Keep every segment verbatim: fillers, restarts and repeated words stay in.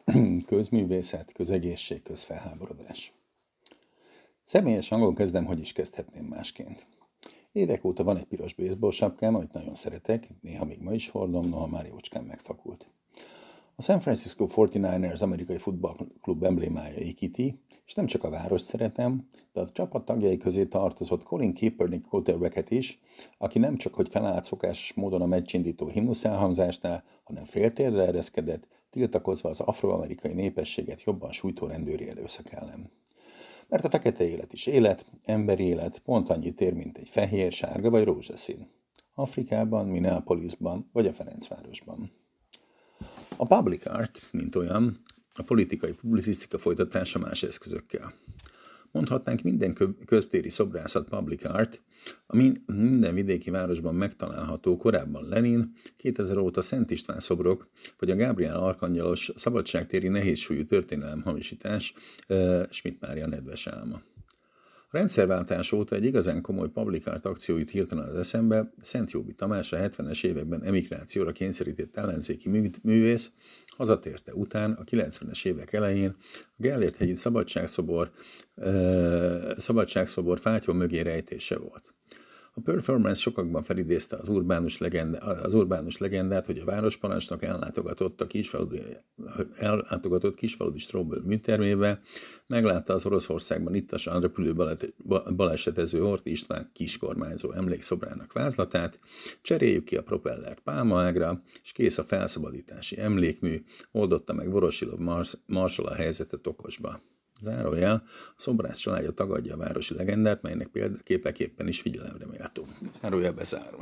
Közművészet, közegészség, közfelháborodás. Személyes hangon kezdem, hogy is kezdhetném másként. Évek óta van egy piros baseball sapkám, amit nagyon szeretek, néha még ma is hordom, noha már jócskán megfakult. A San Francisco negyvenkilencesek amerikai futballklub emblémája Ikiti, és nem csak a város szeretem, de a csapat tagjai közé tartozott Colin Kaepernick quarterbacket is, aki nem csak hogy felállt szokásos módon a meccsindító himnusz elhangzásnál, hanem féltérdre ereszkedett, tiltakozva az afroamerikai népességet jobban sújtó rendőri erőszak ellen. Mert a fekete élet is élet, emberi élet, pont annyit ér, mint egy fehér, sárga vagy rózsaszín. Afrikában, Minneapolisban vagy a Ferencvárosban. A public art, mint olyan, a politikai publicisztika folytatása más eszközökkel. Mondhatnánk minden köztéri szobrászat public art, ami minden vidéki városban megtalálható, korábban Lenin, kétezer óta Szent István szobrok, vagy a Gábriel Arkangyelos szabadságtéri nehézsúlyú történelemhamisítás, Schmidt Mária nedves álma. A rendszerváltás óta egy igazán komoly public art akció jut hirtelen az eszembe. Szentjóbi Tamás, a hetvenes években emigrációra kényszerített ellenzéki művész, hazatérte után a kilencvenes évek elején a Gellért-hegyi szabadságszobor, uh, szabadságszobor fátyol mögé rejtése volt. A performance sokakban felidézte az urbánus, legenda, az urbánus legendát, hogy a városparancsnok ellátogatott a kisfaludi, ellátogatott kisfaludi Stróböl műtermébe, meglátta az Oroszországban ittasan repülő balesetező Horthy István kiskormányzó emlékszobrának vázlatát, cseréljük ki a propellert pálmaágra, és kész a felszabadítási emlékmű, oldotta meg Vorosilov Marshall a helyzetet okosba. Zárójel, a szobrász családja tagadja a városi legendát, melynek példaképeképpen is figyelemre méltó. Zárójel bezárva.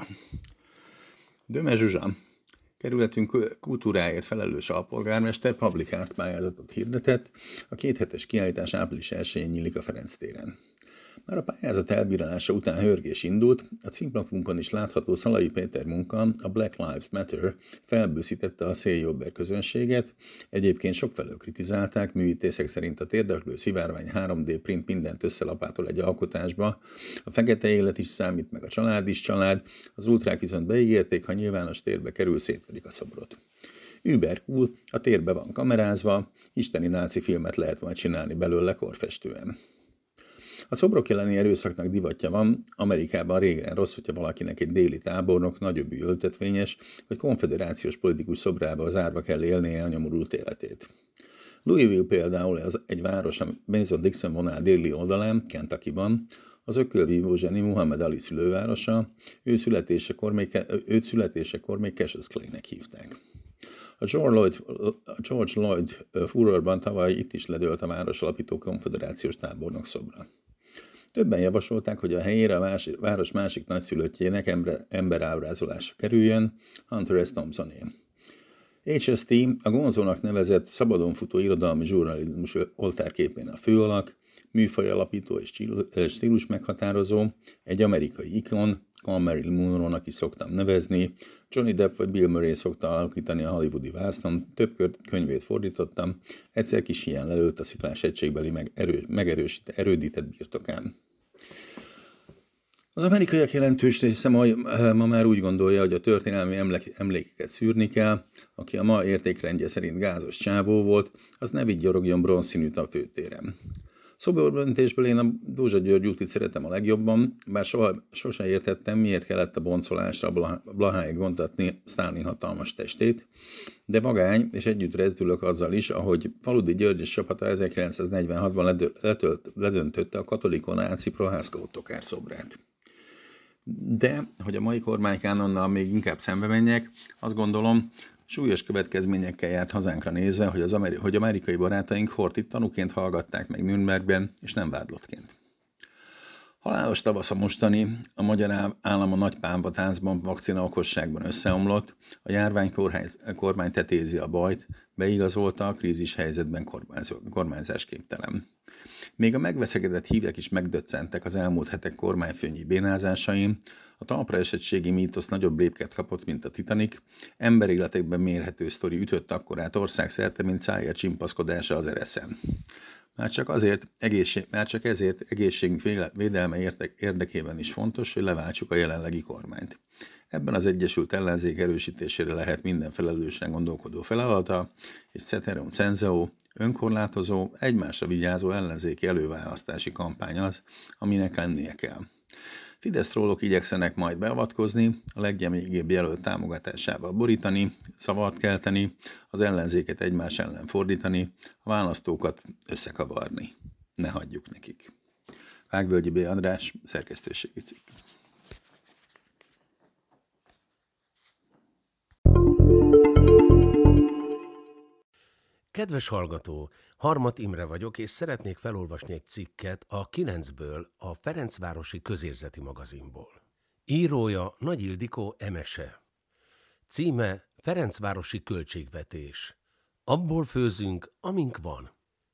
Döme Zsuzsa, kerületünk kultúráért felelős alpolgármester public art pályázatot hirdetett, a kéthetes kiállítás április elsején nyílik a Ferenc téren. Már a pályázat elbírálása után hörgés indult, a címlapunkon is látható Szalai Péter munka, a Black Lives Matter felbőszítette a széljobber közönséget, egyébként sokfelől kritizálták, műítészek szerint a térdeklő szivárvány három dé print mindent összelapátol egy alkotásba, a fekete élet is számít, meg a család is család, az ultrák viszont beígérték, ha nyilvános térbe kerül, szétverik a szobrot. Über cool, a térbe van kamerázva, isteni náci filmet lehet majd csinálni belőle korfestően. A szobrok elleni erőszaknak divatja van, Amerikában régen rossz, hogyha valakinek egy déli tábornok, nagyobbű öltetvényes vagy konfederációs politikus szobrába zárva kell élnie a nyomorult életét. Louisville például az egy város a Mason-Dixon vonal déli oldalán, Kentuckyban, az ökölvívó zseni Muhammad Ali szülővárosa, ő születésekor még, őt születésekor még Cassius Clay-nek hívták. A George Lloyd, George Lloyd furorban tavaly itt is ledőlt a városalapító konfederációs tábornok szobra. Többen javasolták, hogy a helyére a város másik nagyszülöttjének ember, emberábrázolása kerüljön, Hunter S. Thompsoné. há es té, a Gonzónak nevezett szabadon futó irodalmi zsurnalizmus oltárképén a főalak, műfaj alapító és stílus meghatározó, egy amerikai ikon, Marilyn Monroe-nak is szoktam nevezni, Johnny Depp vagy Bill Murray szokta alakítani a hollywoodi vásznon, több könyvét fordítottam, egyszer kis hián lelőtt a sziklás egységbeli meg erő, megerősít, erődített birtokán. Az amerikaiak jelentős része ma, ma már úgy gondolja, hogy a történelmi emlékeket szűrni kell, aki a ma értékrendje szerint gázos csávó volt, az ne vigyorogjon bronzszínűt a főtéren. Szoborböntésből én a Dózsa György útit szeretem a legjobban, bár soha, sose értettem, miért kellett a boncolásra Blaháig vontatni Sztálin hatalmas testét, de vagány, és együtt rezdülök azzal is, ahogy Faludi György és csapata ezerkilencszáznegyvenhatban letölt, ledöntötte a katolikon náci Prohászka Ottokár szobrát. De, hogy a mai kormánykánonnal még inkább szembe menjek, azt gondolom, súlyos következményekkel járt hazánkra nézve, hogy, az ameri- hogy amerikai barátaink Horthyt tanúként hallgatták meg Nürnbergben, és nem vádlottként. Halálos tavasz a mostani, a magyar állam a nagy pánvatáncban, vakcina okosságban összeomlott, a járvány kormány tetézi a bajt, beigazolta, a krízis helyzetben kormányzásképtelen. Még a megveszegedett hívek is megdöccentek az elmúlt hetek kormányfőnyi bénázásain, a talpraesettségi mítosz nagyobb lépket kapott, mint a Titanic, emberéletekben mérhető sztori ütött akkorát országszerte, mint Szájer csimpaszkodása az ereszen. Már csak azért, egészség, már csak ezért egészségünk védelme érdekében is fontos, hogy leváltsuk a jelenlegi kormányt. Ebben az Egyesült Ellenzék erősítésére lehet minden felelősen gondolkodó feladata, és ceterum censeo, önkorlátozó, egymásra vigyázó ellenzéki előválasztási kampány az, aminek lennie kell. Fidesz trollok igyekszenek majd beavatkozni, a leggyengébb jelölt támogatásával borítani, zavart kelteni, az ellenzéket egymás ellen fordítani, a választókat összekavarni. Ne hagyjuk nekik. Vágvölgyi B. András, szerkesztőségi cikk. Kedves hallgató, Harmat Imre vagyok, és szeretnék felolvasni egy cikket a kilencből, a Ferencvárosi Közérzeti Magazinból. Írója Nagy Ildikó Emese. Címe Ferencvárosi Költségvetés. Abból főzünk, amink van.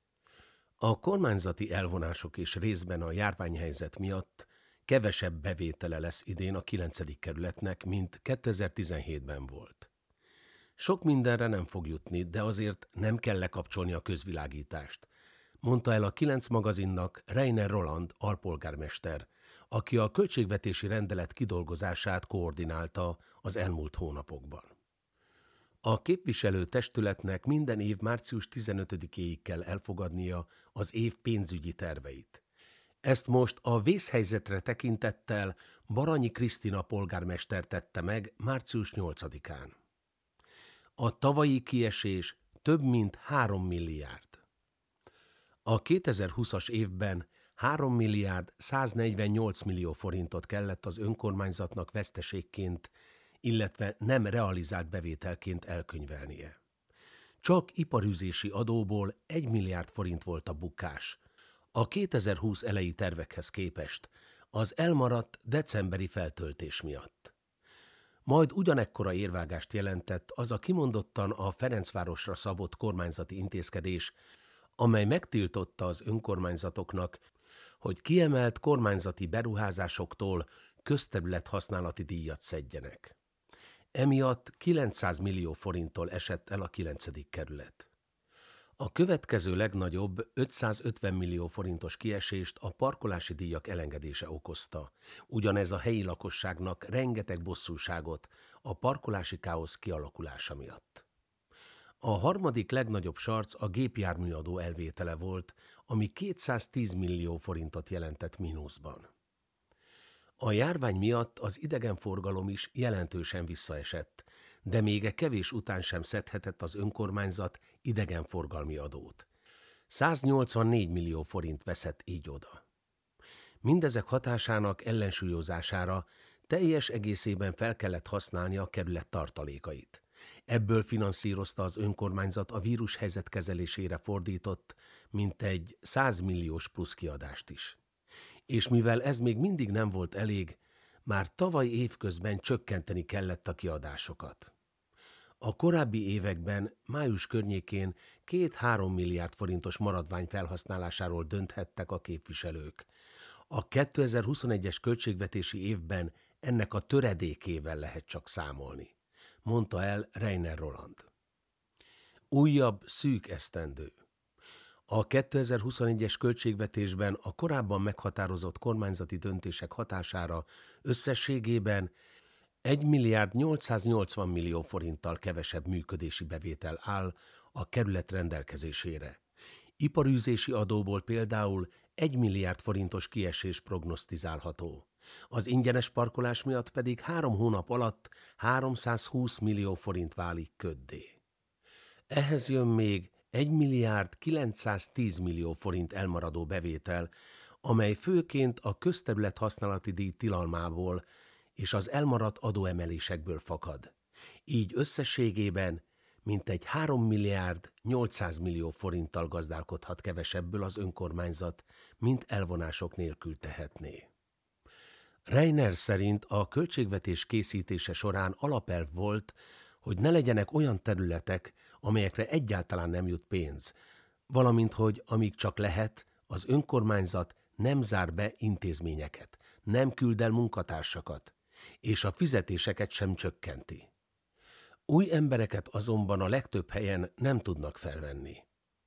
A kormányzati elvonások és részben a járványhelyzet miatt kevesebb bevétele lesz idén a kilencedik kerületnek, mint kétezer-tizenhétben volt. Sok mindenre nem fog jutni, de azért nem kell lekapcsolni a közvilágítást, mondta el a kilenc magazinnak Reiner Roland alpolgármester, aki a költségvetési rendelet kidolgozását koordinálta az elmúlt hónapokban. A képviselő testületnek minden év március tizenötödikéig kell elfogadnia az év pénzügyi terveit. Ezt most a vészhelyzetre tekintettel Baranyi Krisztina polgármester tette meg március nyolcadikán. A tavalyi kiesés több mint három milliárd. A kétezer-húszas évben három milliárd száznegyvennyolc millió forintot kellett az önkormányzatnak veszteségként, illetve nem realizált bevételként elkönyvelnie. Csak iparűzési adóból egy milliárd forint volt a bukás. A kétezer-húsz elejé tervekhez képest az elmaradt decemberi feltöltés miatt. Majd ugyanekkora érvágást jelentett az a kimondottan a Ferencvárosra szabott kormányzati intézkedés, amely megtiltotta az önkormányzatoknak, hogy kiemelt kormányzati beruházásoktól közterület használati díjat szedjenek. Emiatt kilencszáz millió forinttól esett el a kilencedik kerület. A következő legnagyobb ötszázötven millió forintos kiesést a parkolási díjak elengedése okozta. Ugyanez a helyi lakosságnak rengeteg bosszúságot a parkolási káosz kialakulása miatt. A harmadik legnagyobb sarc a gépjárműadó elvétele volt, ami kétszáztíz millió forintot jelentett mínuszban. A járvány miatt az idegenforgalom is jelentősen visszaesett, de még e kevés után sem szedhetett az önkormányzat idegenforgalmi adót. száznyolcvannégy millió forint veszett így oda. Mindezek hatásának ellensúlyozására teljes egészében fel kellett használni a kerület tartalékait. Ebből finanszírozta az önkormányzat a vírushelyzet kezelésére fordított mintegy száz milliós plusz kiadást is. És mivel ez még mindig nem volt elég, már tavaly évközben csökkenteni kellett a kiadásokat. A korábbi években, május környékén két-három milliárd forintos maradvány felhasználásáról dönthettek a képviselők. A kétezer-huszonegyes költségvetési évben ennek a töredékével lehet csak számolni, mondta el Reiner Roland. Újabb szűk esztendő. A kétezer-huszonegyes költségvetésben a korábban meghatározott kormányzati döntések hatására összességében egy milliárd nyolcszáznyolcvan millió forinttal kevesebb működési bevétel áll a kerület rendelkezésére. Iparűzési adóból például egy milliárd forintos kiesés prognosztizálható. Az ingyenes parkolás miatt pedig három hónap alatt háromszázhúsz millió forint válik köddé. Ehhez jön még egy milliárd kilencszáztíz millió forint elmaradó bevétel, amely főként a közterület használati díj tilalmából és az elmaradt adóemelésekből fakad. Így összességében mintegy három milliárd nyolcszáz millió forinttal gazdálkodhat kevesebből az önkormányzat, mint elvonások nélkül tehetné. Reiner szerint a költségvetés készítése során alapelv volt, hogy ne legyenek olyan területek, amelyekre egyáltalán nem jut pénz, valamint hogy amíg csak lehet, az önkormányzat nem zár be intézményeket, nem küld el munkatársakat, és a fizetéseket sem csökkenti. Új embereket azonban a legtöbb helyen nem tudnak felvenni.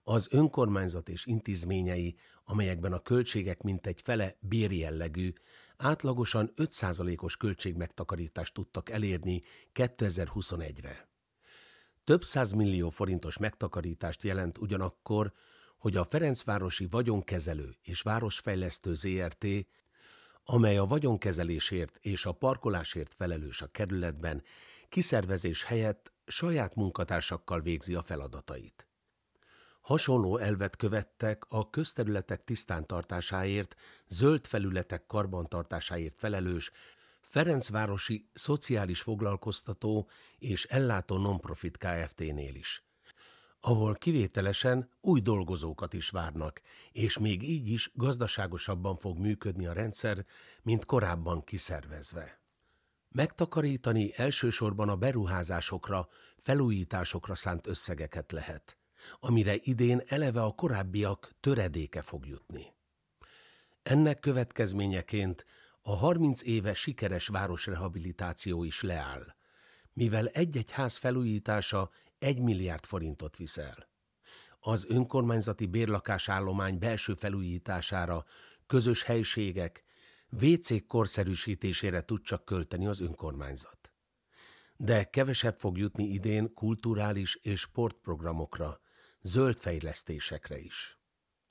Az önkormányzat és intézményei, amelyekben a költségek mintegy fele bérjellegű, átlagosan öt százalékos költségmegtakarítást tudtak elérni kétezer-huszonegyre. Több százmillió forintos megtakarítást jelent ugyanakkor, hogy a Ferencvárosi Vagyonkezelő és Városfejlesztő zé er té, amely a vagyonkezelésért és a parkolásért felelős a kerületben, kiszervezés helyett saját munkatársakkal végzi a feladatait. Hasonló elvet követtek a közterületek tisztántartásáért, zöld felületek karbantartásáért felelős Ferencvárosi Szociális Foglalkoztató és Ellátó Nonprofit Kft-nél is, ahol kivételesen új dolgozókat is várnak, és még így is gazdaságosabban fog működni a rendszer, mint korábban kiszervezve. Megtakarítani elsősorban a beruházásokra, felújításokra szánt összegeket lehet, amire idén eleve a korábbiak töredéke fog jutni. Ennek következményeként a harminc éve sikeres városrehabilitáció is leáll, mivel egy-egy ház felújítása egy milliárd forintot visz el. Az önkormányzati bérlakásállomány belső felújítására, közös helységek, vécék korszerűsítésére tud csak költeni az önkormányzat. De kevesebb fog jutni idén kulturális és sportprogramokra, zöld fejlesztésekre is.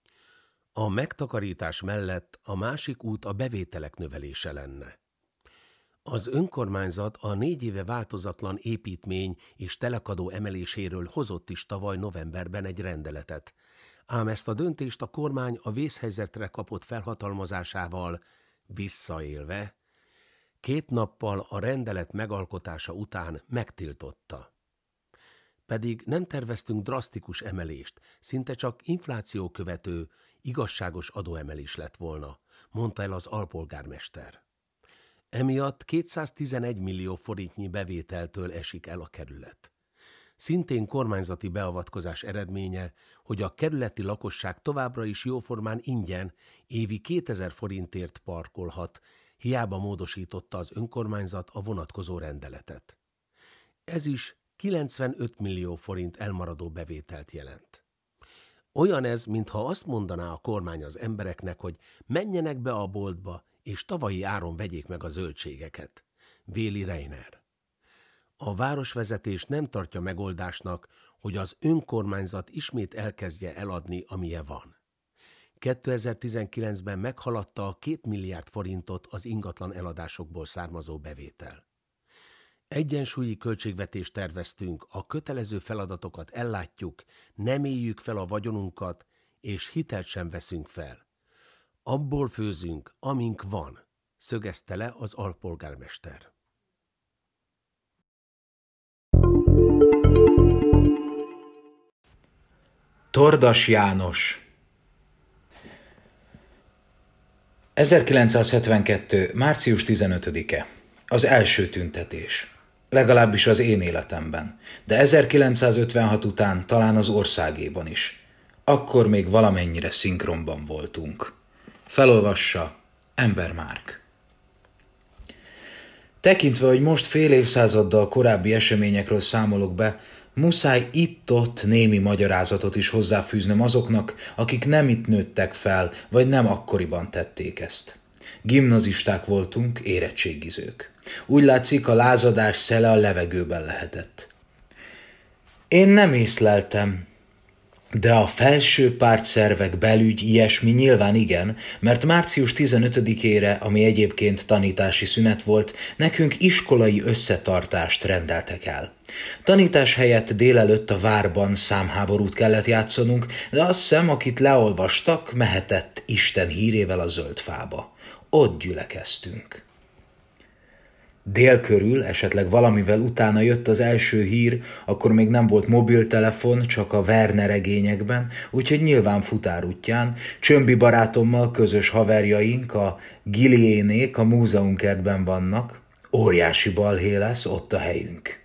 A megtakarítás mellett a másik út a bevételek növelése lenne. Az önkormányzat a négy éve változatlan építmény és telekadó emeléséről hozott is tavaly novemberben egy rendeletet, ám ezt a döntést a kormány a vészhelyzetre kapott felhatalmazásával visszaélve, két nappal a rendelet megalkotása után megtiltotta. Pedig nem terveztünk drasztikus emelést, szinte csak infláció követő, igazságos adóemelés lett volna, mondta el az alpolgármester. Emiatt kétszáztizenegy millió forintnyi bevételtől esik el a kerület. Szintén kormányzati beavatkozás eredménye, hogy a kerületi lakosság továbbra is jóformán ingyen évi kétezer forintért parkolhat, hiába módosította az önkormányzat a vonatkozó rendeletet. Ez is kilencvenöt millió forint elmaradó bevételt jelent. Olyan ez, mintha azt mondaná a kormány az embereknek, hogy menjenek be a boltba, és tavalyi áron vegyék meg a zöldségeket, véli Reiner. A városvezetés nem tartja megoldásnak, hogy az önkormányzat ismét elkezdje eladni, amilyen van. kétezer-tizenkilencben meghaladta a két milliárd forintot az ingatlan eladásokból származó bevétel. Egyensúlyi költségvetést terveztünk, a kötelező feladatokat ellátjuk, nem éljük fel a vagyonunkat, és hitelt sem veszünk fel. Abból főzünk, amink van, szögezte le az alpolgármester. Tordas János. ezerkilencszázhetvenkettő. március tizenötödike. Az első tüntetés. Legalábbis az én életemben, de ezerkilencszázötvenhat után talán az országéban is. Akkor még valamennyire szinkronban voltunk. Felolvassa Ember Márk. Tekintve, hogy most fél évszázaddal korábbi eseményekről számolok be, muszáj itt-ott némi magyarázatot is hozzáfűznöm azoknak, akik nem itt nőttek fel, vagy nem akkoriban tették ezt. Gimnazisták voltunk, érettségizők. Úgy látszik, a lázadás szele a levegőben lehetett. Én nem észleltem, de a felső pártszervek, belügy, ilyesmi nyilván igen, mert március tizenötödikére, ami egyébként tanítási szünet volt, nekünk iskolai összetartást rendeltek el. Tanítás helyett délelőtt a várban számháborút kellett játszanunk, de azt hiszem, akit leolvastak, mehetett Isten hírével a zöld fába. Ott gyülekeztünk. Dél körül, esetleg valamivel utána jött az első hír, akkor még nem volt mobiltelefon, csak a Werner regényekben, úgyhogy nyilván futárútján, Csömbi barátommal közös haverjaink, a Giliénék a múzeumkertben vannak, óriási balhé lesz, ott a helyünk.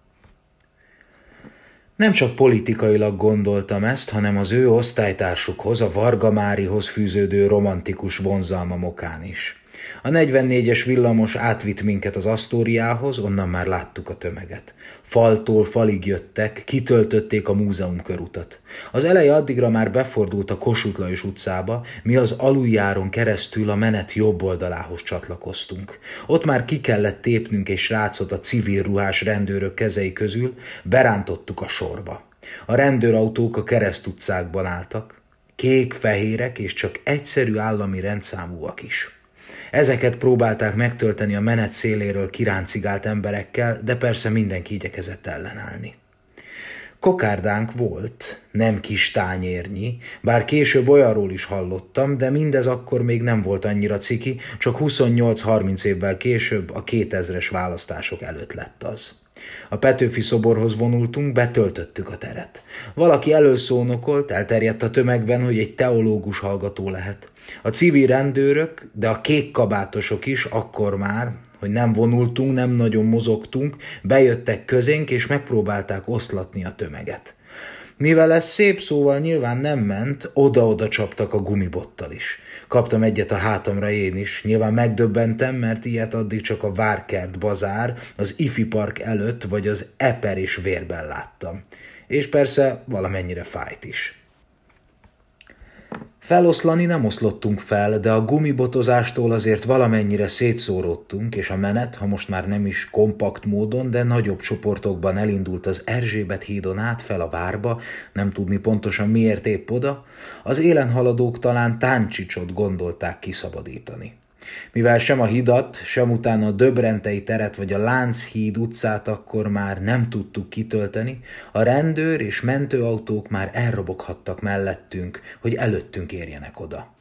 Nem csak politikailag gondoltam ezt, hanem az ő osztálytársukhoz, a Varga Márihoz fűződő romantikus vonzalmam okán is. A negyvennégyes villamos átvitt minket az Asztóriához, onnan már láttuk a tömeget. Faltól falig jöttek, kitöltötték a múzeum körutat. Az eleje addigra már befordult a Kossuth Lajos utcába, mi az aluljáron keresztül a menet jobb oldalához csatlakoztunk. Ott már ki kellett tépnünk egy srácot a civil ruhás rendőrök kezei közül, berántottuk a sorba. A rendőrautók a keresztutcákban álltak, kék-fehérek és csak egyszerű állami rendszámúak is. Ezeket próbálták megtölteni a menet széléről kiráncigált emberekkel, de persze mindenki igyekezett ellenállni. Kokárdánk volt, nem kis tányérnyi, bár később olyanról is hallottam, de mindez akkor még nem volt annyira ciki, csak huszonnyolc-harminc évvel később a kétezres választások előtt lett az. A Petőfi szoborhoz vonultunk, betöltöttük a teret. Valaki előszónokolt, elterjedt a tömegben, hogy egy teológus hallgató lehet. A civil rendőrök, de a kék kabátosok is akkor már, hogy nem vonultunk, nem nagyon mozogtunk, bejöttek közénk és megpróbálták oszlatni a tömeget. Mivel ez szép szóval nyilván nem ment, oda-oda csaptak a gumibottal is. Kaptam egyet a hátamra én is, nyilván megdöbbentem, mert ilyet addig csak a Várkert bazár, az Ifi Park előtt vagy az Eper és Vérben láttam. És persze valamennyire fájt is. Feloszlani nem oszlottunk fel, de a gumibotozástól azért valamennyire szétszóródtunk, és a menet, ha most már nem is kompakt módon, de nagyobb csoportokban elindult az Erzsébet hídon át fel a várba, nem tudni pontosan miért épp oda, az élen haladók talán Táncsicsot gondolták kiszabadítani. Mivel sem a hidat, sem utána a Döbrentei teret vagy a Lánchíd utcát akkor már nem tudtuk kitölteni, a rendőr és mentőautók már elroboghattak mellettünk, hogy előttünk érjenek oda.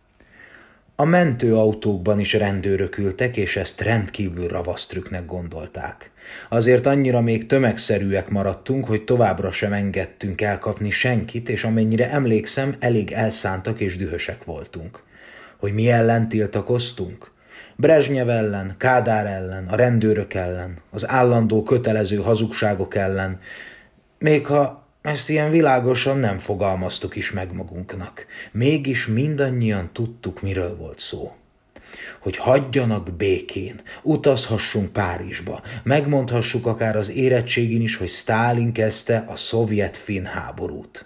A mentőautókban is rendőrök ültek, és ezt rendkívül ravasztrüknek gondolták. Azért annyira még tömegszerűek maradtunk, hogy továbbra sem engedtünk elkapni senkit, és amennyire emlékszem, elég elszántak és dühösek voltunk. Hogy mi ellen tiltakoztunk? Brezsnyev ellen, Kádár ellen, a rendőrök ellen, az állandó kötelező hazugságok ellen, még ha ezt ilyen világosan nem fogalmaztuk is meg magunknak. Mégis mindannyian tudtuk, miről volt szó. Hogy hagyjanak békén, utazhassunk Párizsba, megmondhassuk akár az érettségin is, hogy Sztálin kezdte a szovjet-finn háborút.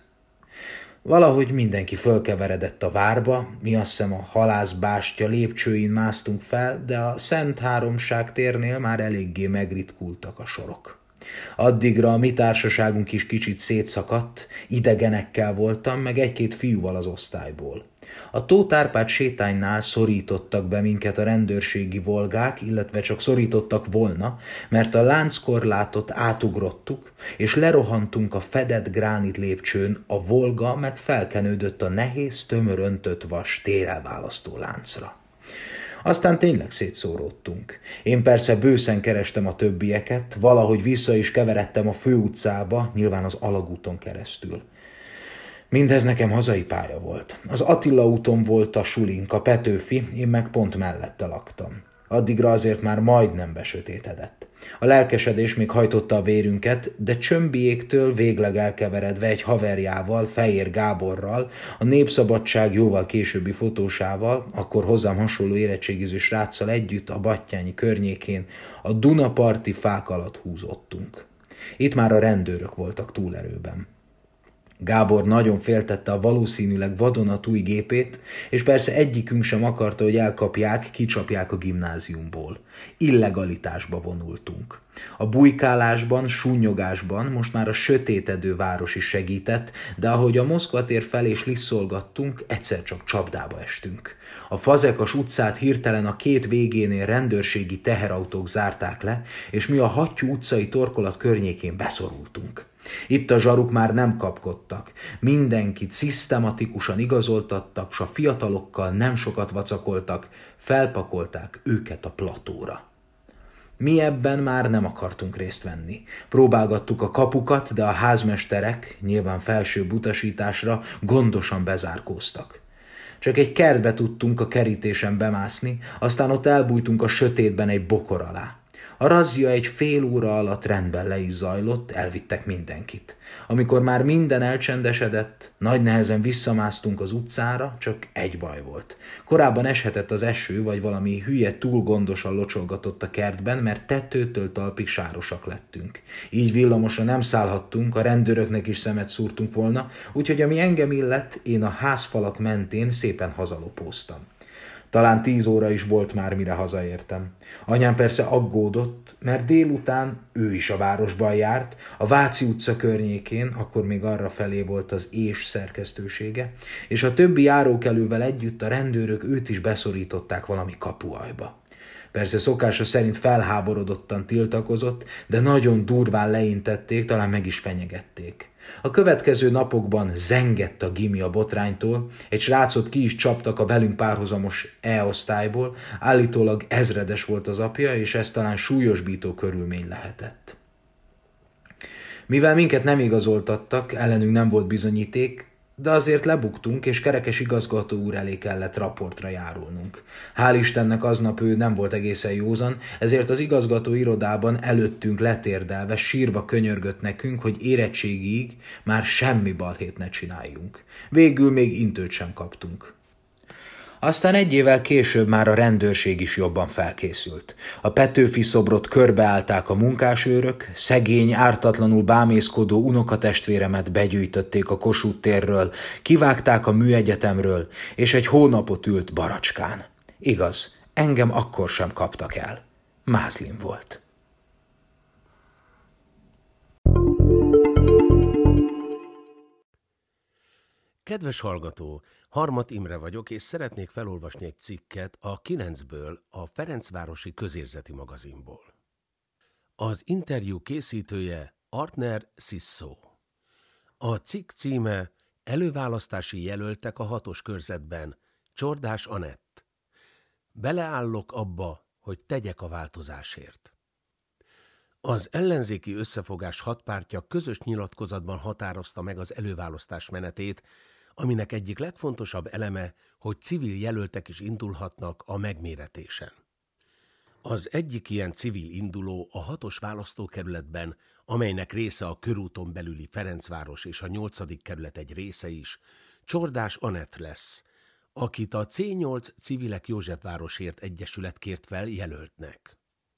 Valahogy mindenki fölkeveredett a várba, mi azt hiszem a halászbástya lépcsőin másztunk fel, de a Szent Háromság térnél már eléggé megritkultak a sorok. Addigra a mi társaságunk is kicsit szétszakadt, idegenekkel voltam, meg egy-két fiúval az osztályból. A Tóth Árpád sétánynál szorítottak be minket a rendőrségi volgák, illetve csak szorítottak volna, mert a lánckorlátot átugrottuk, és lerohantunk a fedett gránit lépcsőn, a volga meg felkenődött a nehéz, tömör öntött vas térelválasztó láncra. Aztán tényleg szétszóródtunk. Én persze bőszen kerestem a többieket, valahogy vissza is keveredtem a főutcába, nyilván az Alagúton keresztül. Mindez nekem hazai pálya volt. Az Attila úton volt a sulink, a Petőfi, én meg pont mellette laktam. Addigra azért már majdnem besötétedett. A lelkesedés még hajtotta a vérünket, de Csömbiéktől végleg elkeveredve egy haverjával, Fejér Gáborral, a Népszabadság jóval későbbi fotósával, akkor hozzám hasonló érettségiző sráccal együtt a Battyányi környékén a Dunaparti fák alatt húzottunk. Itt már a rendőrök voltak túlerőben. Gábor nagyon féltette a valószínűleg vadonatúj gépét, és persze egyikünk sem akarta, hogy elkapják, kicsapják a gimnáziumból. Illegalitásba vonultunk. A bujkálásban, sunnyogásban most már a sötétedő város is segített, de ahogy a Moszkva tér felé lisszolgattunk, egyszer csak csapdába estünk. A Fazekas utcát hirtelen a két végénél rendőrségi teherautók zárták le, és mi a Hattyú utcai torkolat környékén beszorultunk. Itt a zsaruk már nem kapkodtak, mindenkit szisztematikusan igazoltattak, s a fiatalokkal nem sokat vacakoltak, felpakolták őket a platóra. Mi ebben már nem akartunk részt venni. Próbálgattuk a kapukat, de a házmesterek, nyilván felsőbb utasításra, gondosan bezárkóztak. Csak egy kertbe tudtunk a kerítésen bemászni, aztán ott elbújtunk a sötétben egy bokor alá. A razzia egy fél óra alatt rendben le is zajlott, elvittek mindenkit. Amikor már minden elcsendesedett, nagy nehezen visszamásztunk az utcára, csak egy baj volt. Korábban eshetett az eső, vagy valami hülye túl gondosan locsolgatott a kertben, mert tetőtől talpig sárosak lettünk. Így villamosra nem szállhattunk, a rendőröknek is szemet szúrtunk volna, úgyhogy ami engem illet, én a házfalak mentén szépen hazalopóztam. Talán tíz óra is volt már, mire hazaértem. Anyám persze aggódott, mert délután ő is a városban járt, a Váci utca környékén, akkor még arra felé volt az ÉS szerkesztősége, és a többi járókelővel együtt a rendőrök őt is beszorították valami kapuajba. Persze szokása szerint felháborodottan tiltakozott, de nagyon durván leintették, talán meg is fenyegették. A következő napokban zengett a gimi a botránytól, egy srácot ki is csaptak a velünk párhuzamos E-osztályból, állítólag ezredes volt az apja, és ez talán súlyosbító körülmény lehetett. Mivel minket nem igazoltattak, ellenünk nem volt bizonyíték, de azért lebuktunk, és Kerekes igazgató úr elé kellett raportra járulnunk. Hál' Istennek aznap ő nem volt egészen józan, ezért az igazgató irodában előttünk letérdelve sírva könyörgött nekünk, hogy érettségiig már semmi balhét ne csináljunk. Végül még intőt sem kaptunk. Aztán egy évvel később már a rendőrség is jobban felkészült. A Petőfi szobrot körbeállták a munkásőrök, szegény, ártatlanul bámészkodó unokatestvéremet begyűjtötték a Kossuth térről, kivágták a műegyetemről, és egy hónapot ült Baracskán. Igaz, engem akkor sem kaptak el. Mázlin volt. Kedves hallgató, Harmat Imre vagyok, és szeretnék felolvasni egy cikket a kilencből, a Ferencvárosi Közérzeti magazinból. Az interjú készítője Artner Sziszó. A cikk címe Előválasztási jelöltek a hatos körzetben, Csordás Anett. Beleállok abba, hogy tegyek a változásért. Az ellenzéki összefogás hat pártja közös nyilatkozatban határozta meg az előválasztás menetét, aminek egyik legfontosabb eleme, hogy civil jelöltek is indulhatnak a megméretésen. Az egyik ilyen civil induló a hatos választókerületben, amelynek része a körúton belüli Ferencváros és a nyolcadik kerület egy része is, Csordás Anett lesz, akit a cé nyolc Civilek Józsefvárosért Egyesület kért fel jelöltnek.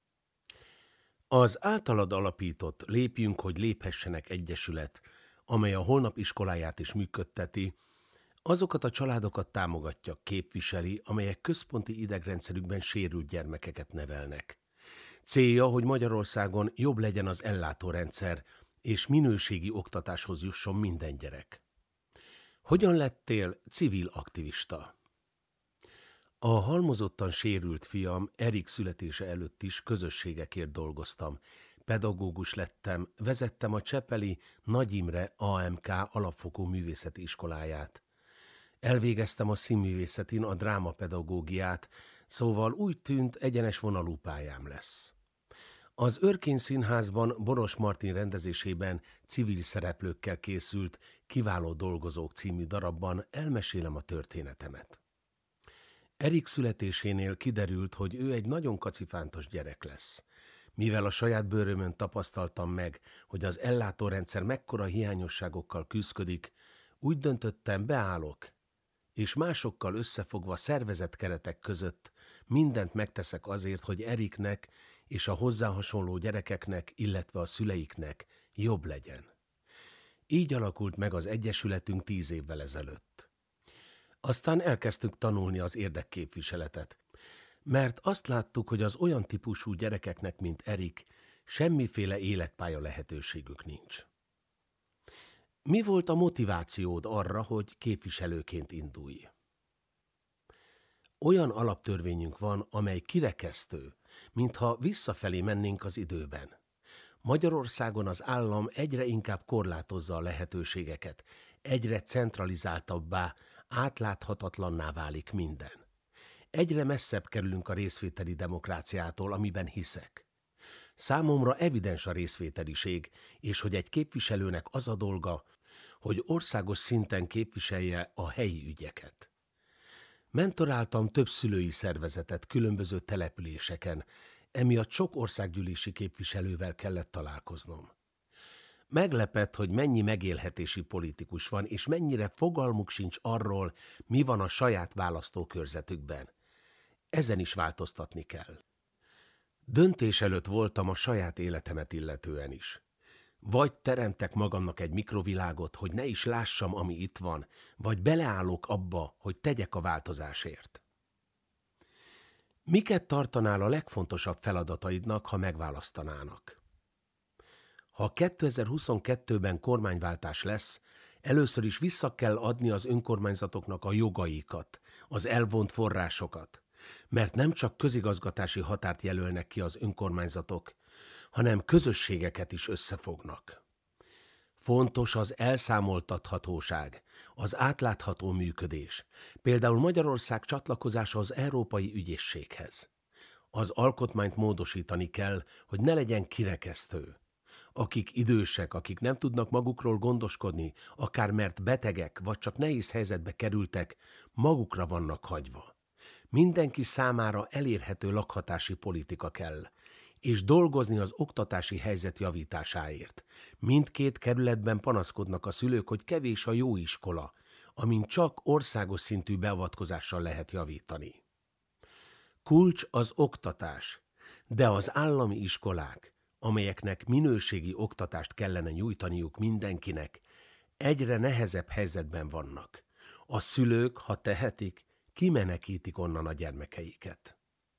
Az általad alapított Lépjünk, hogy léphessenek egyesület, amely a Holnap iskoláját is működteti, azokat a családokat támogatja, képviseli, amelyek központi idegrendszerükben sérült gyermekeket nevelnek. Célja, hogy Magyarországon jobb legyen az ellátórendszer, és minőségi oktatáshoz jusson minden gyerek. Hogyan lettél civil aktivista? A halmozottan sérült fiam Erik születése előtt is közösségekért dolgoztam. Pedagógus lettem, vezettem a csepeli Nagy Imre á em ká alapfokú művészeti iskoláját. Elvégeztem a színművészetén a drámapedagógiát, szóval úgy tűnt, egyenes vonalú pályám lesz. Az Örkény Színházban Boros Martin rendezésében civil szereplőkkel készült Kiváló dolgozók című darabban elmesélem a történetemet. Erik születésénél kiderült, hogy ő egy nagyon kacifántos gyerek lesz. Mivel a saját bőrömön tapasztaltam meg, hogy az ellátórendszer mekkora hiányosságokkal küszködik, úgy döntöttem, beállok, és másokkal összefogva szervezett keretek között mindent megteszek azért, hogy Eriknek és a hozzá hasonló gyerekeknek, illetve a szüleiknek jobb legyen. Így alakult meg az egyesületünk tíz évvel ezelőtt. Aztán elkezdtük tanulni az érdekképviseletet, mert azt láttuk, hogy az olyan típusú gyerekeknek, mint Erik, semmiféle életpálya lehetőségük nincs. Mi volt a motivációd arra, hogy képviselőként indulj? Olyan alaptörvényünk van, amely kirekesztő, mintha visszafelé mennénk az időben. Magyarországon az állam egyre inkább korlátozza a lehetőségeket, egyre centralizáltabbá, átláthatatlanná válik minden. Egyre messzebb kerülünk a részvételi demokráciától, amiben hiszek. Számomra evidens a részvételiség, és hogy egy képviselőnek az a dolga, hogy országos szinten képviselje a helyi ügyeket. Mentoráltam több szülői szervezetet különböző településeken, emiatt sok országgyűlési képviselővel kellett találkoznom. Meglepett, hogy mennyi megélhetési politikus van, és mennyire fogalmuk sincs arról, mi van a saját választókörzetükben. Ezen is változtatni kell. Döntés előtt voltam a saját életemet illetően is. Vagy teremtek magamnak egy mikrovilágot, hogy ne is lássam, ami itt van, vagy beleállok abba, hogy tegyek a változásért. Miket tartanál a legfontosabb feladataidnak, ha megválasztanának? Ha kétezer-huszonkettőben kormányváltás lesz, először is vissza kell adni az önkormányzatoknak a jogaikat, az elvont forrásokat, mert nem csak közigazgatási határt jelölnek ki az önkormányzatok, hanem közösségeket is összefognak. Fontos az elszámoltathatóság, az átlátható működés, például Magyarország csatlakozása az Európai Ügyészséghez. Az alkotmányt módosítani kell, hogy ne legyen kirekesztő. Akik idősek, akik nem tudnak magukról gondoskodni, akár mert betegek, vagy csak nehéz helyzetbe kerültek, magukra vannak hagyva. Mindenki számára elérhető lakhatási politika kell, és dolgozni az oktatási helyzet javításáért. Mindkét kerületben panaszkodnak a szülők, hogy kevés a jó iskola, amin csak országos szintű beavatkozással lehet javítani. Kulcs az oktatás, de az állami iskolák, amelyeknek minőségi oktatást kellene nyújtaniuk mindenkinek, egyre nehezebb helyzetben vannak. A szülők, ha tehetik, kimenekítik onnan a gyermekeiket.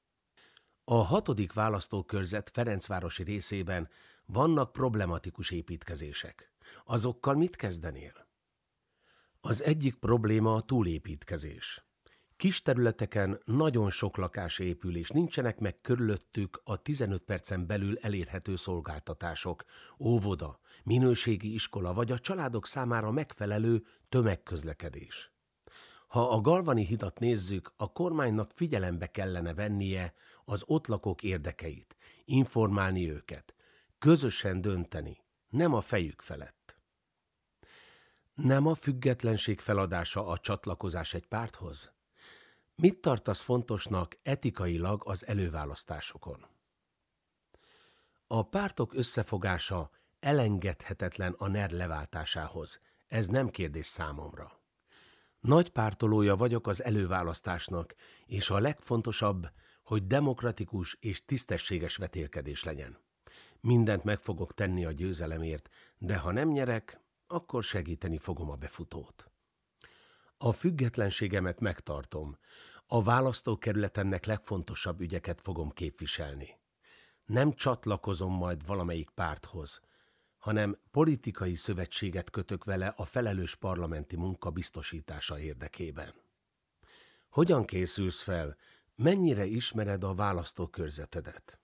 A hatodik választókörzet Ferencvárosi részében vannak problematikus építkezések. Azokkal mit kezdenél? Az egyik probléma a túlépítkezés. Kis területeken nagyon sok lakás épül, és nincsenek meg körülöttük a tizenöt percen belül elérhető szolgáltatások, óvoda, minőségi iskola vagy a családok számára megfelelő tömegközlekedés. Ha a Galvani hidat nézzük, a kormánynak figyelembe kellene vennie az ott lakók érdekeit, informálni őket, közösen dönteni, nem a fejük felett. Nem a függetlenség feladása a csatlakozás egy párthoz? Mit tartasz fontosnak etikailag az előválasztásokon? A pártok összefogása elengedhetetlen a NER leváltásához, ez nem kérdés számomra. Nagy pártolója vagyok az előválasztásnak, és a legfontosabb, hogy demokratikus és tisztességes vetélkedés legyen. Mindent meg fogok tenni a győzelemért, de ha nem nyerek, akkor segíteni fogom a befutót. A függetlenségemet megtartom, a választókerületemnek legfontosabb ügyeket fogom képviselni. Nem csatlakozom majd valamelyik párthoz, hanem politikai szövetséget kötök vele a felelős parlamenti munka biztosítása érdekében. Hogyan készülsz fel? Mennyire ismered a választókörzetedet?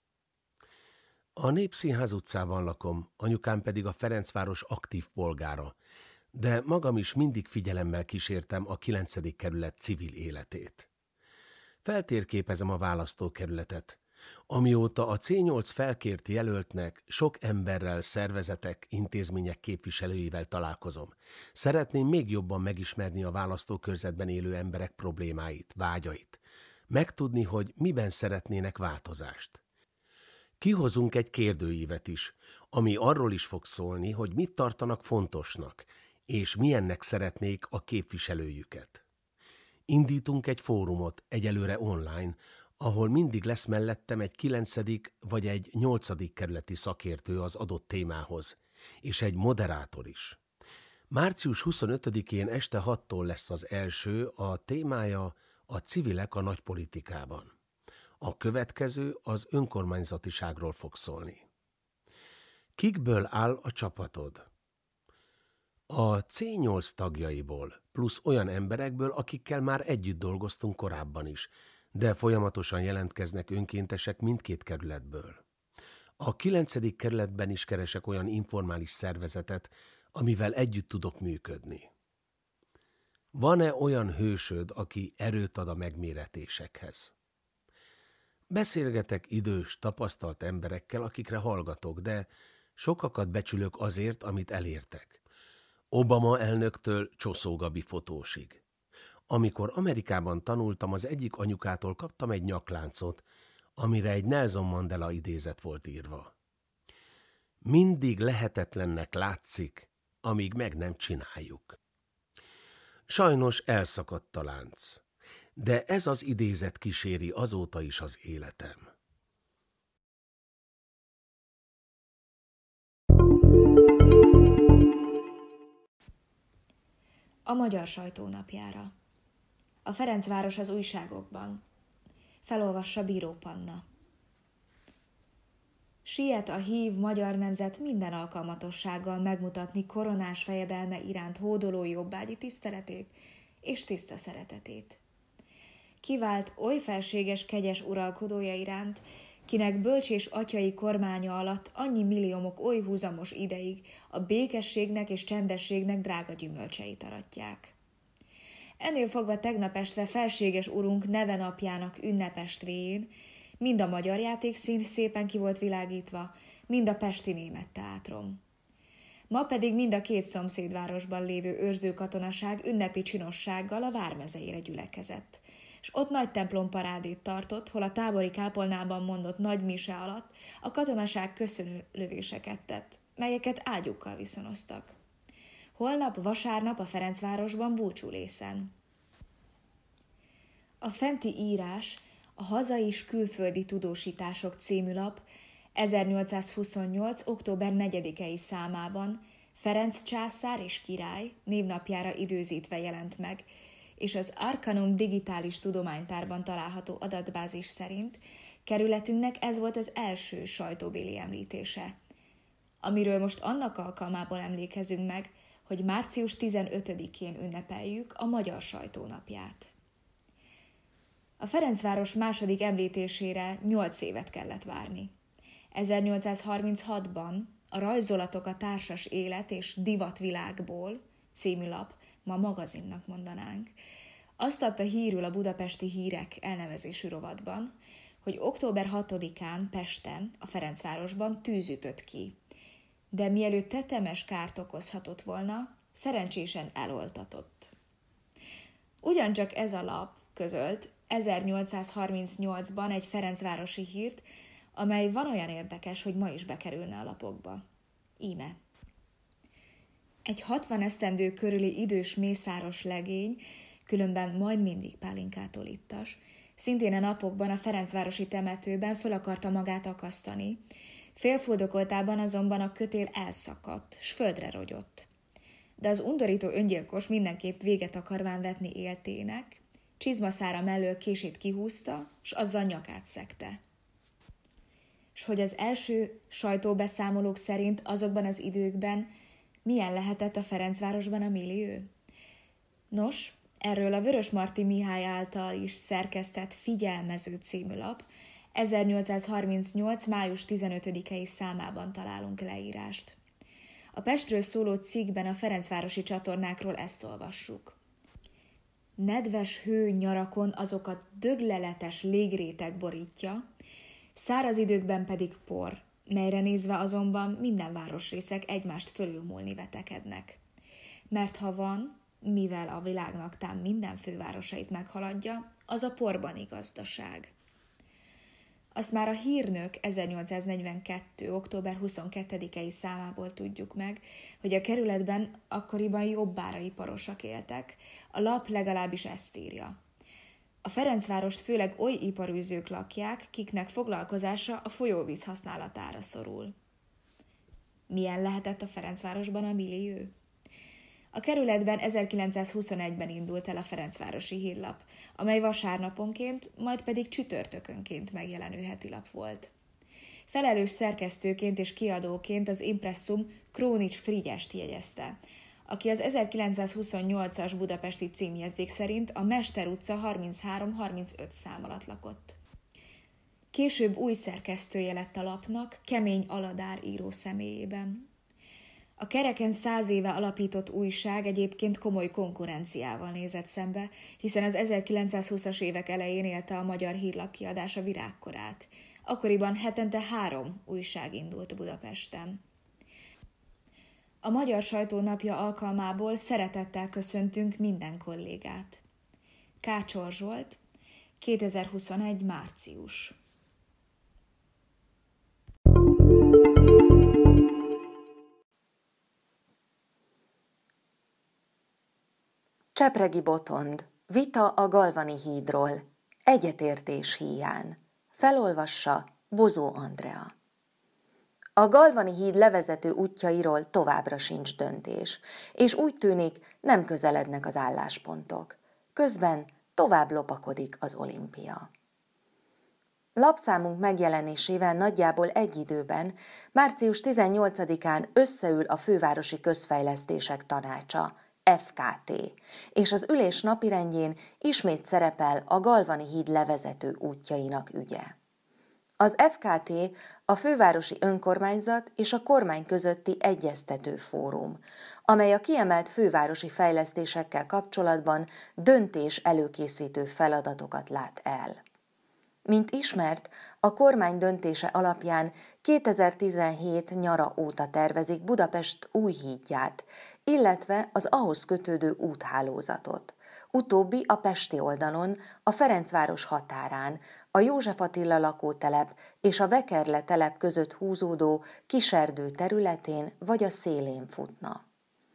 A Népszínház utcában lakom, anyukám pedig a Ferencváros aktív polgára, de magam is mindig figyelemmel kísértem a kilencedik kerület civil életét. Feltérképezem a választókerületet. Amióta a cé nyolc felkért jelöltnek, sok emberrel, szervezetek, intézmények képviselőivel találkozom. Szeretném még jobban megismerni a választókörzetben élő emberek problémáit, vágyait. Megtudni, hogy miben szeretnének változást. Kihozunk egy kérdőívet is, ami arról is fog szólni, hogy mit tartanak fontosnak, és milyennek szeretnék a képviselőjüket. Indítunk egy fórumot, egyelőre online, ahol mindig lesz mellettem egy kilencedik vagy egy nyolcadik kerületi szakértő az adott témához, és egy moderátor is. március huszonötödikén este hattól lesz az első, a témája a civilek a nagypolitikában. A következő az önkormányzatiságról fog szólni. Kikből áll a csapatod? A cé nyolc tagjaiból, plusz olyan emberekből, akikkel már együtt dolgoztunk korábban is, de folyamatosan jelentkeznek önkéntesek mindkét kerületből. A kilencedik kerületben is keresek olyan informális szervezetet, amivel együtt tudok működni. Van-e olyan hősöd, aki erőt ad a megméretésekhez? Beszélgetek idős, tapasztalt emberekkel, akikre hallgatok, de sokakat becsülök azért, amit elértek. Obama elnöktől Csoszó Gabi fotósig. Amikor Amerikában tanultam, az egyik anyukától kaptam egy nyakláncot, amire egy Nelson Mandela idézet volt írva. Mindig lehetetlennek látszik, amíg meg nem csináljuk. Sajnos elszakadt a lánc, de ez az idézet kíséri azóta is az életem. A Magyar Sajtó napjára. A Ferencváros az újságokban. Felolvassa Bíró Panna. Siet a hív magyar nemzet minden alkalmatossággal megmutatni koronás fejedelme iránt hódoló jobbágyi tiszteletét és tiszta szeretetét. Kivált oly felséges kegyes uralkodója iránt, kinek bölcsés atyai kormánya alatt annyi milliómok oly húzamos ideig a békességnek és csendességnek drága gyümölcseit aratják. Ennél fogva tegnap este felséges urunk nevenapjának ünnepestréjén mind a Magyar Játékszín szépen ki volt világítva, mind a Pesti Német Teátrom. Ma pedig mind a két szomszédvárosban lévő őrzőkatonaság ünnepi csinossággal a vármezeire gyülekezett, és ott nagy templom parádét tartott, hol a tábori kápolnában mondott nagy mise alatt a katonaság köszönő lövéseket tett, melyeket ágyukkal viszonoztak. Holnap vasárnap a Ferencvárosban búcsúlészen. A fenti írás a Hazai és külföldi tudósítások című lap ezernyolcszázhuszonnyolc. október negyedikei számában Ferenc császár és király névnapjára időzítve jelent meg, és az Arcanum digitális tudománytárban található adatbázis szerint kerületünknek ez volt az első sajtóbéli említése, amiről most annak alkalmából emlékezünk meg, hogy március tizenötödikén ünnepeljük a Magyar Sajtó napját. A Ferencváros második említésére nyolc évet kellett várni. ezernyolcszázharminchatban a Rajzolatok a társas élet és divatvilágból című lap, ma magazinnak mondanánk, azt adta hírül a Budapesti Hírek elnevezésű rovatban, hogy október hatodikán Pesten, a Ferencvárosban tűz ütött ki, de mielőtt tetemes kárt okozhatott volna, szerencsésen eloltatott. Ugyancsak ez a lap közölt ezernyolcszázharmincnyolcban egy ferencvárosi hírt, amely van olyan érdekes, hogy ma is bekerülne a lapokba. Íme. Egy hatvan esztendő körüli idős mészáros legény, különben majd mindig pálinkától ittas, szintén a napokban a ferencvárosi temetőben föl akarta magát akasztani, félfuldokoltában azonban a kötél elszakadt, s földre rogyott. De az undorító öngyilkos mindenképp véget akarván vetni éltének, csizmaszára mellől kését kihúzta, s azzal nyakát szegte. S hogy az első sajtóbeszámolók szerint azokban az időkben milyen lehetett a Ferencvárosban a millió? Nos, erről a Vörösmarty Mihály által is szerkesztett Figyelmező című lap ezernyolcszázharmincnyolc. május tizenötödikei számában találunk leírást. A Pestről szóló cikkben a ferencvárosi csatornákról ezt olvassuk. Nedves hő nyarakon azokat dögleletes légréteg borítja, száraz időkben pedig por, melyre nézve azonban minden városrészek egymást fölülmúlni vetekednek. Mert ha van, mivel a világnak tám minden fővárosait meghaladja, az a porbani gazdaság. Azt már a Hírnök ezernyolcszáznegyvenkettő. október huszonkettedikei számából tudjuk meg, hogy a kerületben akkoriban jobbára iparosak éltek, a lap legalábbis ezt írja. A Ferencvárost főleg oly iparűzők lakják, kiknek foglalkozása a folyóvíz használatára szorul. Milyen lehetett a Ferencvárosban a millió? A kerületben ezerkilencszázhuszonegyben indult el a Ferencvárosi Hírlap, amely vasárnaponként, majd pedig csütörtökönként megjelenő hetilap volt. Felelős szerkesztőként és kiadóként az Impresszum Krónics Frigyest jegyezte, aki az ezerkilencszázhuszonnyolcas budapesti címjegyzék szerint a Mester utca harminchárom harmincöt szám alatt lakott. Később új szerkesztője lett a lapnak, Kemény Aladár író személyében. A kereken száz éve alapított újság egyébként komoly konkurenciával nézett szembe, hiszen az ezerkilencszázhúszas évek elején élte a Magyar Hírlap kiadása virágkorát. Akkoriban hetente három újság indult Budapesten. A Magyar Sajtó napja alkalmából szeretettel köszöntünk minden kollégát. Kácsor Zsolt, kétezer-huszonegy. március. Csepregi Botond. Vita a Galvani hídról. Egyetértés híján. Felolvassa Bozó Andrea. A Galvani híd levezető útjairól továbbra sincs döntés, és úgy tűnik, nem közelednek az álláspontok. Közben tovább lopakodik az olimpia. Lapszámunk megjelenésével nagyjából egy időben, március tizennyolcadikán összeül a Fővárosi Közfejlesztések Tanácsa, ef ká té, és az ülés napirendjén ismét szerepel a Galvani híd levezető útjainak ügye. Az ef ká té a Fővárosi Önkormányzat és a kormány közötti egyeztető fórum, amely a kiemelt fővárosi fejlesztésekkel kapcsolatban döntés előkészítő feladatokat lát el. Mint ismert, a kormány döntése alapján kétezer-tizenhét nyara óta tervezik Budapest új hídját, illetve az ahhoz kötődő úthálózatot. Utóbbi a pesti oldalon, a Ferencváros határán, a József Attila lakótelep és a Vekerle telep között húzódó Kiserdő területén vagy a szélén futna.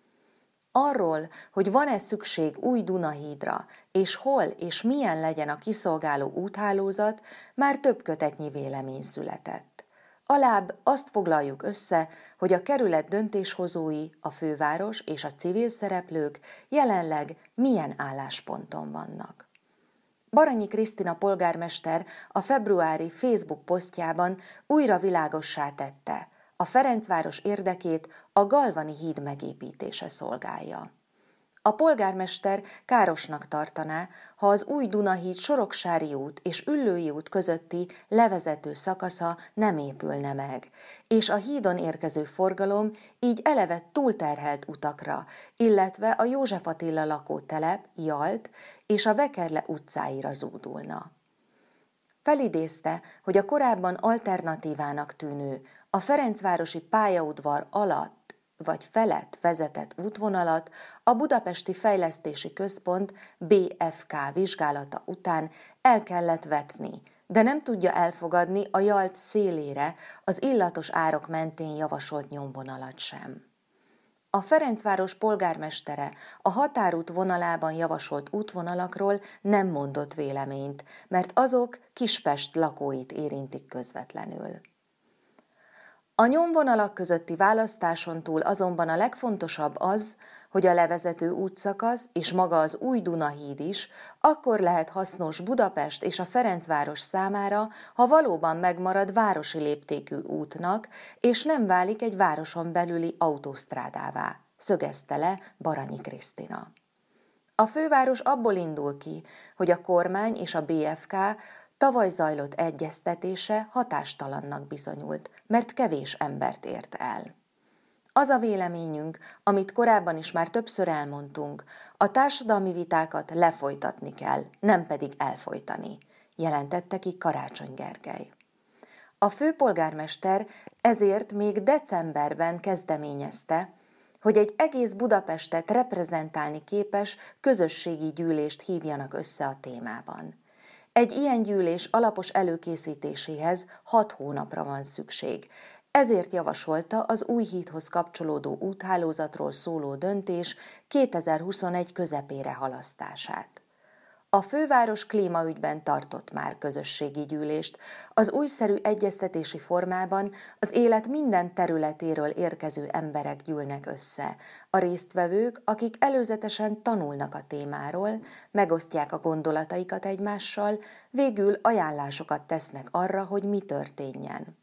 Arról, hogy van-e szükség új Dunahídra, és hol és milyen legyen a kiszolgáló úthálózat, már több kötetnyi vélemény született. Alább azt foglaljuk össze, hogy a kerület döntéshozói, a főváros és a civil szereplők jelenleg milyen állásponton vannak. Baranyi Krisztina polgármester a februári Facebook posztjában újra világossá tette, a Ferencváros érdekét a Galvani híd megépítése szolgálja. A polgármester károsnak tartaná, ha az új Dunahíd Soroksári út és Üllői út közötti levezető szakasza nem épülne meg, és a hídon érkező forgalom így eleve túlterhelt utakra, illetve a József Attila lakótelep, Jalt és a Vekerle utcáira zúdulna. Felidézte, hogy a korábban alternatívának tűnő, a Ferencvárosi pályaudvar alatt vagy felett vezetett útvonalat a Budapesti Fejlesztési Központ bé ef ká vizsgálata után el kellett vetni, de nem tudja elfogadni a Jalt szélére az illatos árok mentén javasolt nyomvonalat sem. A Ferencváros polgármestere a határút vonalában javasolt útvonalakról nem mondott véleményt, mert azok Kispest lakóit érintik közvetlenül. A nyomvonalak közötti választáson túl azonban a legfontosabb az, hogy a levezető útszakasz és maga az új Dunahíd is akkor lehet hasznos Budapest és a Ferencváros számára, ha valóban megmarad városi léptékű útnak, és nem válik egy városon belüli autósztrádává, szögezte le Baranyi Krisztina. A főváros abból indul ki, hogy a kormány és a bé ef ká tavaly zajlott egyeztetése hatástalannak bizonyult, mert kevés embert ért el. Az a véleményünk, amit korábban is már többször elmondtunk, a társadalmi vitákat lefolytatni kell, nem pedig elfolytani, jelentette ki Karácsony Gergely. A főpolgármester ezért még decemberben kezdeményezte, hogy egy egész Budapestet reprezentálni képes közösségi gyűlést hívjanak össze a témában. Egy ilyen gyűlés alapos előkészítéséhez hat hónapra van szükség, ezért javasolta az új hídhoz kapcsolódó úthálózatról szóló döntés kétezer-huszonegy közepére halasztását. A főváros klímaügyben tartott már közösségi gyűlést, az újszerű egyeztetési formában az élet minden területéről érkező emberek gyűlnek össze. A résztvevők, akik előzetesen tanulnak a témáról, megosztják a gondolataikat egymással, végül ajánlásokat tesznek arra, hogy mi történjen.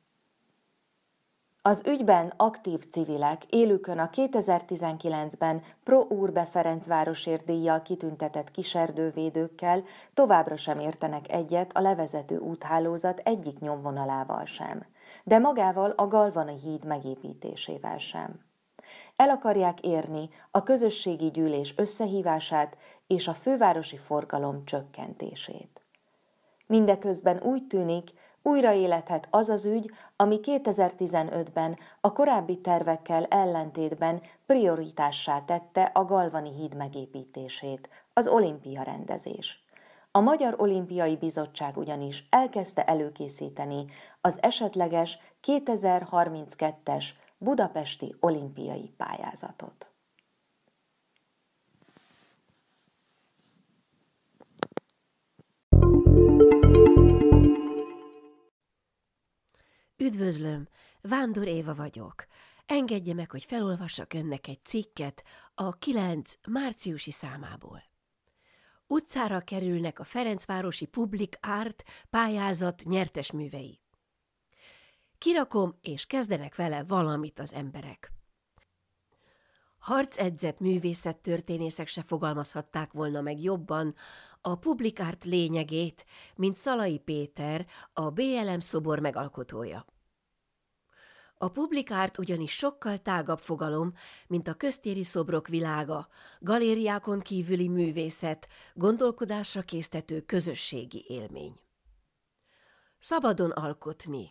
Az ügyben aktív civilek élükön a kétezer-tizenkilencben Pro Urbe Ferencvárosért díjjal kitüntetett kiserdővédőkkel továbbra sem értenek egyet a levezető úthálózat egyik nyomvonalával sem, de magával a Galvani híd megépítésével sem. El akarják érni a közösségi gyűlés összehívását és a fővárosi forgalom csökkentését. Mindeközben úgy tűnik, újraéledhet az az ügy, ami kétezer-tizenötben a korábbi tervekkel ellentétben prioritássá tette a Galvani híd megépítését, az olimpia rendezés. A Magyar Olimpiai Bizottság ugyanis elkezdte előkészíteni az esetleges kétezer-harminckettes budapesti olimpiai pályázatot. Üdvözlöm, Vándor Éva vagyok. Engedje meg, hogy felolvassak önnek egy cikket a kilenc márciusi számából. Utcára kerülnek a Ferencvárosi Public Art pályázat nyertes művei. Kirakom, és kezdenek vele valamit az emberek. Harcedzett művészettörténészek se fogalmazhatták volna meg jobban a Public Art lényegét, mint Szalai Péter, a bé el em szobor megalkotója. A Public Art ugyanis sokkal tágabb fogalom, mint a köztéri szobrok világa, galériákon kívüli művészet, gondolkodásra késztető közösségi élmény. Szabadon alkotni.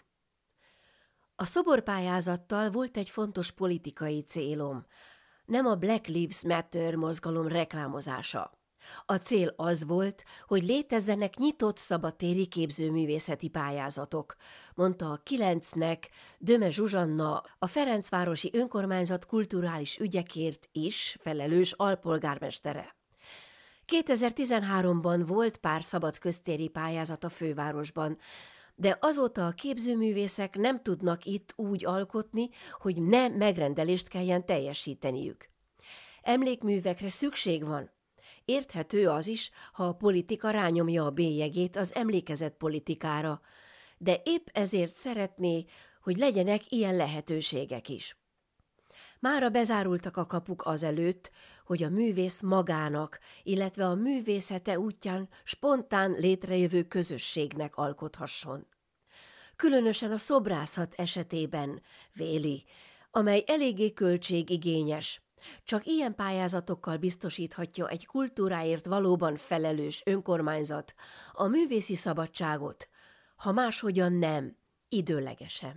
A szoborpályázattal volt egy fontos politikai célom, nem a Black Lives Matter mozgalom reklámozása. A cél az volt, hogy létezzenek nyitott szabadtéri képzőművészeti pályázatok, mondta a kilencnek Döme Zsuzsanna, a Ferencvárosi Önkormányzat kulturális ügyekért is felelős alpolgármestere. kétezer-tizenháromban volt pár szabad köztéri pályázat a fővárosban, de azóta a képzőművészek nem tudnak itt úgy alkotni, hogy ne megrendelést kelljen teljesíteniük. Emlékművekre szükség van. Érthető az is, ha a politika rányomja a bélyegét az emlékezett politikára, de épp ezért szeretné, hogy legyenek ilyen lehetőségek is. Mára bezárultak a kapuk azelőtt, hogy a művész magának, illetve a művészete útján spontán létrejövő közösségnek alkothasson. Különösen a szobrászat esetében, véli, amely eléggé költségigényes. Csak ilyen pályázatokkal biztosíthatja egy kultúráért valóban felelős önkormányzat a művészi szabadságot, ha máshogyan nem, időlegesen.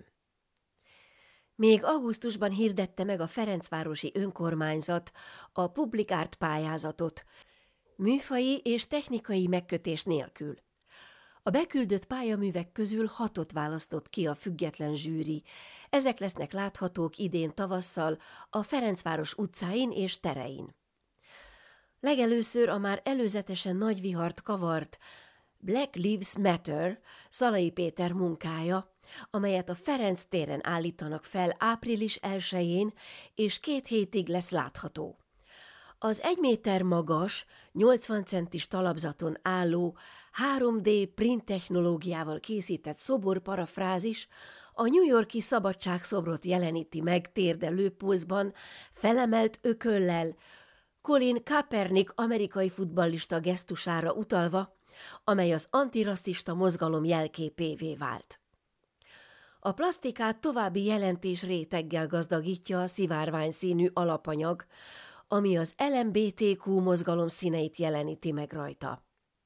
Még augusztusban hirdette meg a Ferencvárosi Önkormányzat a Public Art pályázatot, műfaji és technikai megkötés nélkül. A beküldött pályaművek közül hatot választott ki a független zsűri. Ezek lesznek láthatók idén tavasszal a Ferencváros utcáin és terein. Legelőször a már előzetesen nagy vihart kavart Black Lives Matter, Szalai Péter munkája, amelyet a Ferenc téren állítanak fel április elsején, és két hétig lesz látható. Az egy méter magas, nyolcvan centis talapzaton álló három dé print technológiával készített szobor parafrázis a New York-i szabadságszobrot jeleníti meg térdelő pózban, felemelt ököllel, Colin Kaepernick amerikai futballista gesztusára utalva, amely az antirasszista mozgalom jelképévé vált. A plasztikát további jelentés réteggel gazdagítja a szivárvány színű alapanyag, ami az el em bé té kú mozgalom színeit jeleníti meg rajta.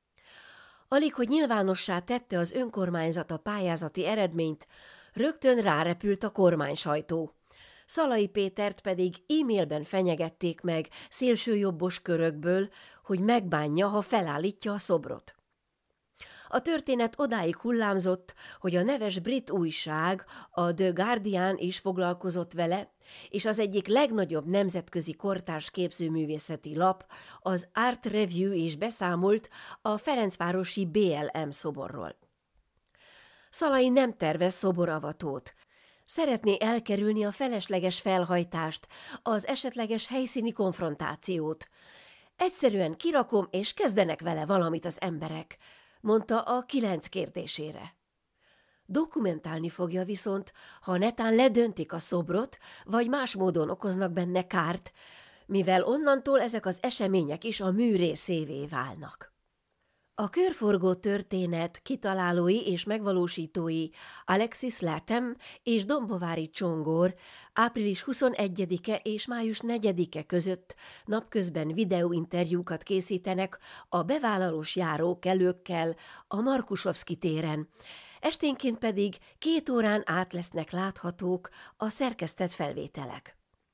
Alig, hogy nyilvánossá tette az önkormányzat a pályázati eredményt, rögtön rárepült a kormánysajtó. Szalai Pétert pedig e-mailben fenyegették meg szélsőjobbos körökből, hogy megbánja, ha felállítja a szobrot. A történet odáig hullámzott, hogy a neves brit újság, a The Guardian is foglalkozott vele, és az egyik legnagyobb nemzetközi kortárs képzőművészeti lap, az Art Review is beszámolt a ferencvárosi bé el em szoborról. Szalai nem tervez szoboravatót. Szeretné elkerülni a felesleges felhajtást, az esetleges helyszíni konfrontációt. Egyszerűen kirakom, és kezdenek vele valamit az emberek, mondta a kilenc kérdésére. Dokumentálni fogja viszont, ha netán ledöntik a szobrot, vagy más módon okoznak benne kárt, mivel onnantól ezek az események is a mű részévé válnak. A körforgó történet kitalálói és megvalósítói Alexis Latham és Dombovári Csongor április huszonegyedike és május negyedike között napközben videóinterjúkat készítenek a bevállalós járókelőkkel a Markusovszki téren, esténként pedig két órán át lesznek láthatók a szerkesztett felvételek.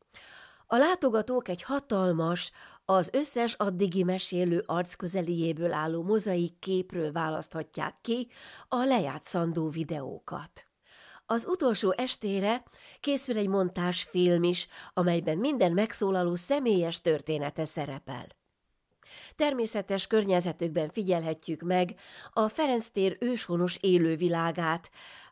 A látogatók egy hatalmas, az összes addigi mesélő arcközeliéből álló mozaik képről választhatják ki a lejátszandó videókat. Az utolsó estére készül egy montázsfilm is, amelyben minden megszólaló személyes története szerepel. Természetes környezetükben figyelhetjük meg a Ferenc tér őshonos élővilágát,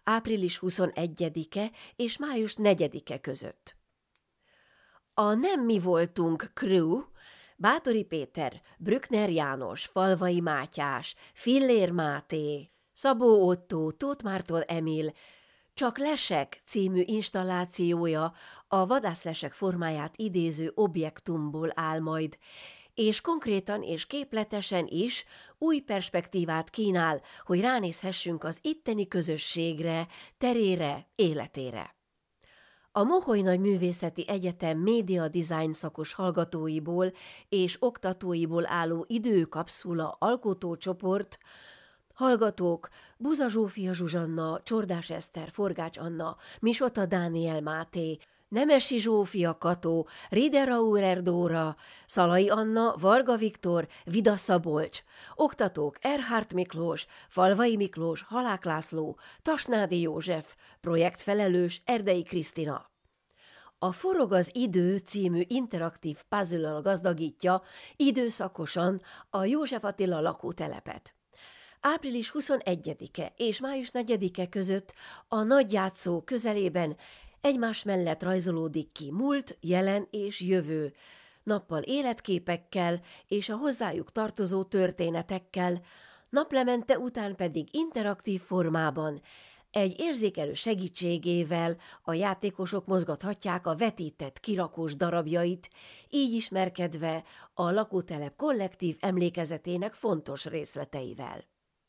április huszonegyedike és május negyedike között. A Nem mi voltunk crew, Báthori Péter, Brückner János, Falvai Mátyás, Fillér Máté, Szabó Ottó, Tóth Márton Emil, Csak lesek című installációja a vadászlesek formáját idéző objektumból áll majd, és konkrétan és képletesen is új perspektívát kínál, hogy ránézhessünk az itteni közösségre, terére, életére. A Moholy Nagy Művészeti Egyetem média design szakos hallgatóiból és oktatóiból álló időkapszula alkotócsoport, hallgatók Buza Zsófia Zsuzsanna, Csordás Eszter, Forgács Anna, Misota Dániel Máté, Nemesi Zsófia Kató, Riederauer Dóra, Szalai Anna, Varga Viktor, Vida Szabolcs, oktatók Erhardt Miklós, Falvai Miklós, Halák László, Tasnádi József, projektfelelős Erdei Krisztina. A Forog az idő című interaktív puzzle-al gazdagítja időszakosan a József Attila lakótelepet. április huszonegyedike és május negyedike között a nagyjátszó közelében egymás mellett rajzolódik ki múlt, jelen és jövő, nappal életképekkel és a hozzájuk tartozó történetekkel, naplemente után pedig interaktív formában, egy érzékelő segítségével a játékosok mozgathatják a vetített kirakós darabjait, így ismerkedve a lakótelep kollektív emlékezetének fontos részleteivel.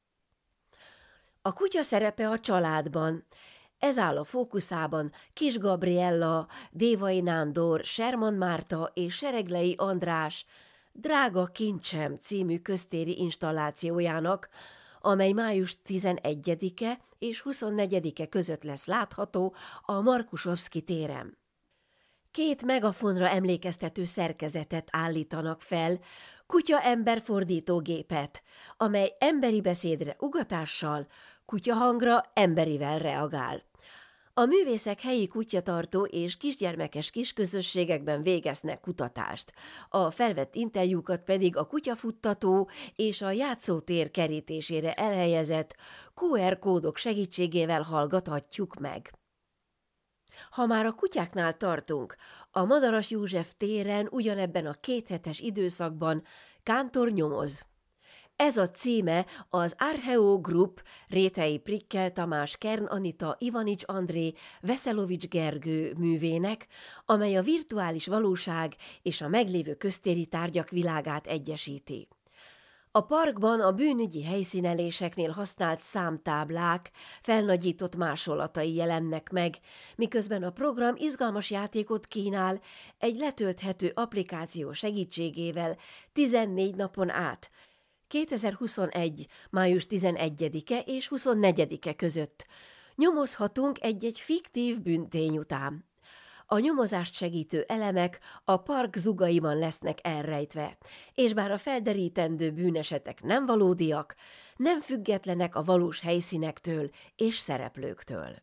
A kutya szerepe a családban. Ez áll a fókuszában Kis Gabriella, Dévai Nándor, Sherman Márta és Sereglei András Drága kincsem című köztéri installációjának, amely május tizenegyedike és huszonnegyedike között lesz látható a Markusovszky téren. Két megafonra emlékeztető szerkezetet állítanak fel, kutya-ember fordítógépet, amely emberi beszédre ugatással, kutyahangra emberivel reagál. A művészek helyi kutyatartó és kisgyermekes kisközösségekben végeznek kutatást, a felvett interjúkat pedig a kutyafuttató és a játszótér kerítésére elhelyezett kú er kódok segítségével hallgathatjuk meg. Ha már a kutyáknál tartunk, a Madaras József téren ugyanebben a kéthetes időszakban Kántor nyomoz. Ez a címe az Archeo Group Rétei Prikkel Tamás, Kern Anita, Ivanics André, Veszelovics Gergő művének, amely a virtuális valóság és a meglévő köztéri tárgyak világát egyesíti. A parkban a bűnügyi helyszíneléseknél használt számtáblák, felnagyított másolatai jelennek meg, miközben a program izgalmas játékot kínál egy letölthető applikáció segítségével tizennégy napon át, kétezer-huszonegy. május tizenegyedike és huszonnegyedike között. Nyomozhatunk egy-egy fiktív bűntény után. A nyomozást segítő elemek a park zugaiban lesznek elrejtve, és bár a felderítendő bűnesetek nem valódiak, nem függetlenek a valós helyszínektől és szereplőktől.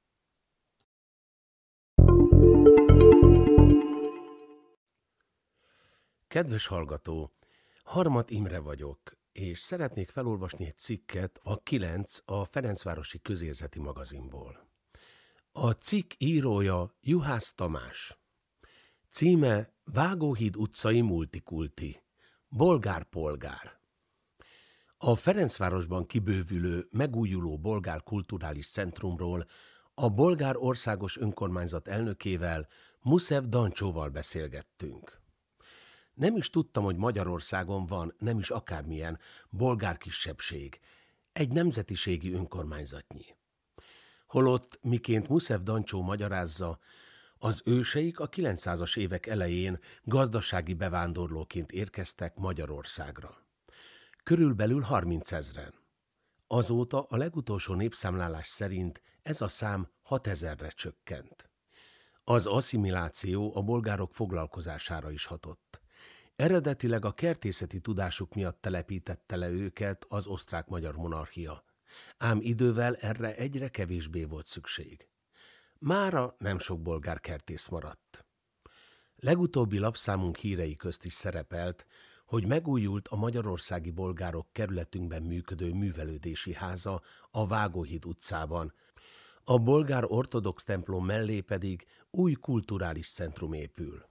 Kedves hallgató! Harmat Imre vagyok, és szeretnék felolvasni egy cikket a kilenc a Ferencvárosi Közérzeti magazinból. A cikk írója Juhász Tamás. Címe Vágóhíd utcai multikulti. Bolgár-polgár. A Ferencvárosban kibővülő, megújuló bolgár kulturális centrumról a Bolgár Országos Önkormányzat elnökével, Muszev Dancsóval beszélgettünk. Nem is tudtam, hogy Magyarországon van, nem is akármilyen, bolgár kisebbség, egy nemzetiségi önkormányzatnyi. Holott, miként Muszev Dancsó magyarázza, az őseik a kilencszázas évek elején gazdasági bevándorlóként érkeztek Magyarországra. Körülbelül harmincezren. Azóta a legutolsó népszámlálás szerint ez a szám hatezerre csökkent. Az asszimiláció a bolgárok foglalkozására is hatott. Eredetileg a kertészeti tudásuk miatt telepítette le őket az osztrák-magyar monarchia, ám idővel erre egyre kevésbé volt szükség. Mára nem sok bolgár kertész maradt. Legutóbbi lapszámunk hírei közt is szerepelt, hogy megújult a magyarországi bolgárok kerületünkben működő művelődési háza a Vágóhíd utcában, A bolgár ortodox templom mellé pedig új kulturális centrum épül.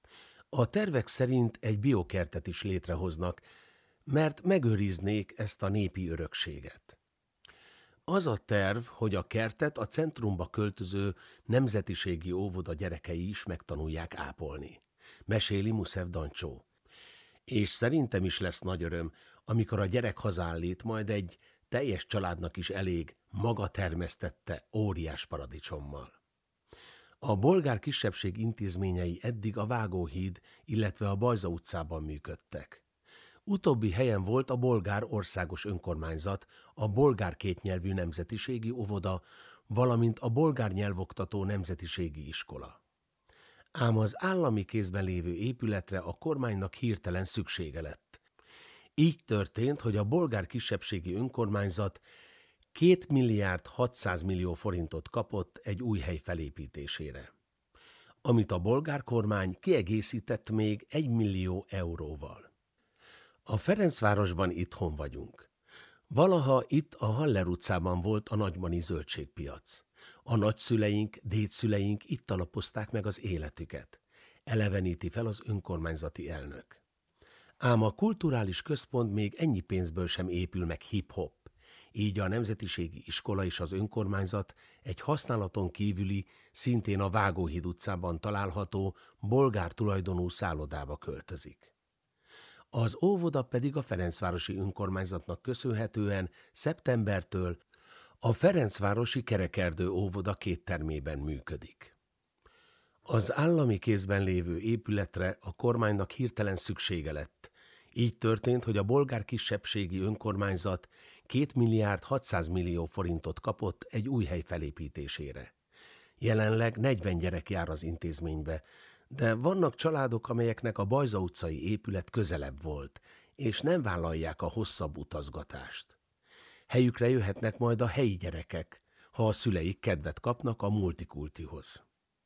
A tervek szerint egy biokertet is létrehoznak, mert megőriznék ezt a népi örökséget. Az a terv, hogy a kertet a centrumba költöző nemzetiségi óvoda gyerekei is megtanulják ápolni, meséli Muszev Dancsó. És szerintem is lesz nagy öröm, amikor a gyerek hazállít, majd egy teljes családnak is elég maga termesztette óriás paradicsommal. A bolgár kisebbség intézményei eddig a Vágóhíd, illetve a Bajza utcában működtek. Utóbbi helyen volt a bolgár országos önkormányzat, a bolgár kétnyelvű nemzetiségi óvoda, valamint a bolgár nyelvoktató nemzetiségi iskola. Ám az állami kézben lévő épületre a kormánynak hirtelen szüksége lett. Így történt, hogy a bolgár kisebbségi önkormányzat két milliárd hatszáz millió forintot kapott egy új hely felépítésére, amit a bolgár kormány kiegészített még egy millió euróval. A Ferencvárosban itthon vagyunk. Valaha itt a Haller utcában volt a nagybani zöldségpiac. A nagyszüleink, dédszüleink itt alapozták meg az életüket. Eleveníti fel az önkormányzati elnök. Ám a kulturális központ még ennyi pénzből sem épül meg hip-hop. Így a nemzetiségi iskola és az önkormányzat egy használaton kívüli, szintén a Vágóhíd utcában található bolgár tulajdonú szállodába költözik. Az óvoda pedig a Ferencvárosi önkormányzatnak köszönhetően szeptembertől a Ferencvárosi Kerekerdő óvoda két termében működik. Az állami kézben lévő épületre a kormánynak hirtelen szüksége lett. Így történt, hogy a bolgár kisebbségi önkormányzat két milliárd hatszáz millió forintot kapott egy új hely felépítésére. Jelenleg negyven gyerek jár az intézménybe, de vannak családok, amelyeknek a Bajza utcai épület közelebb volt, és nem vállalják a hosszabb utazgatást. Helyükre jöhetnek majd a helyi gyerekek, ha a szüleik kedvet kapnak a multikultihoz.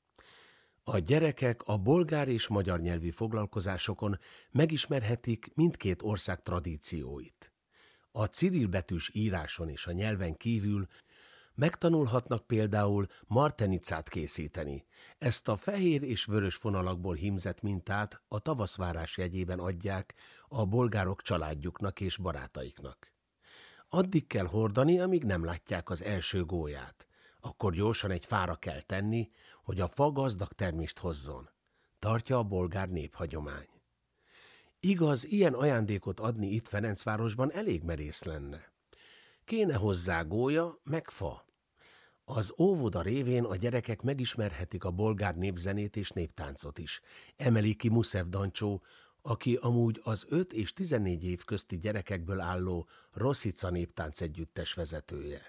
A gyerekek a bolgár és magyar nyelvű foglalkozásokon megismerhetik mindkét ország tradícióit. A cirilbetűs íráson és a nyelven kívül megtanulhatnak például martenicát készíteni. Ezt a fehér és vörös fonalakból hímzett mintát a tavaszvárás jegyében adják a bolgárok családjuknak és barátaiknak. Addig kell hordani, amíg nem látják az első gólyát. Akkor gyorsan egy fára kell tenni, hogy a fa gazdag termést hozzon. Tartja a bolgár néphagyomány. Igaz, ilyen ajándékot adni itt Ferencvárosban elég merész lenne. Kéne hozzá gólya, meg fa. Az óvoda révén a gyerekek megismerhetik a bolgár népzenét és néptáncot is, emeli ki Muszev Dancsó, aki amúgy az öt és tizennégy év közti gyerekekből álló Roszica néptánc együttes vezetője.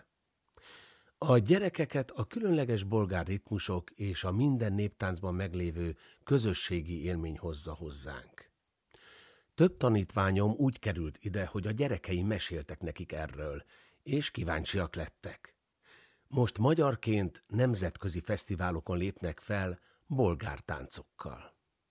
A gyerekeket a különleges bolgár ritmusok és a minden néptáncban meglévő közösségi élmény hozza hozzánk. Több tanítványom úgy került ide, hogy a gyerekei meséltek nekik erről, és kíváncsiak lettek. Most magyarként nemzetközi fesztiválokon lépnek fel bolgár táncokkal.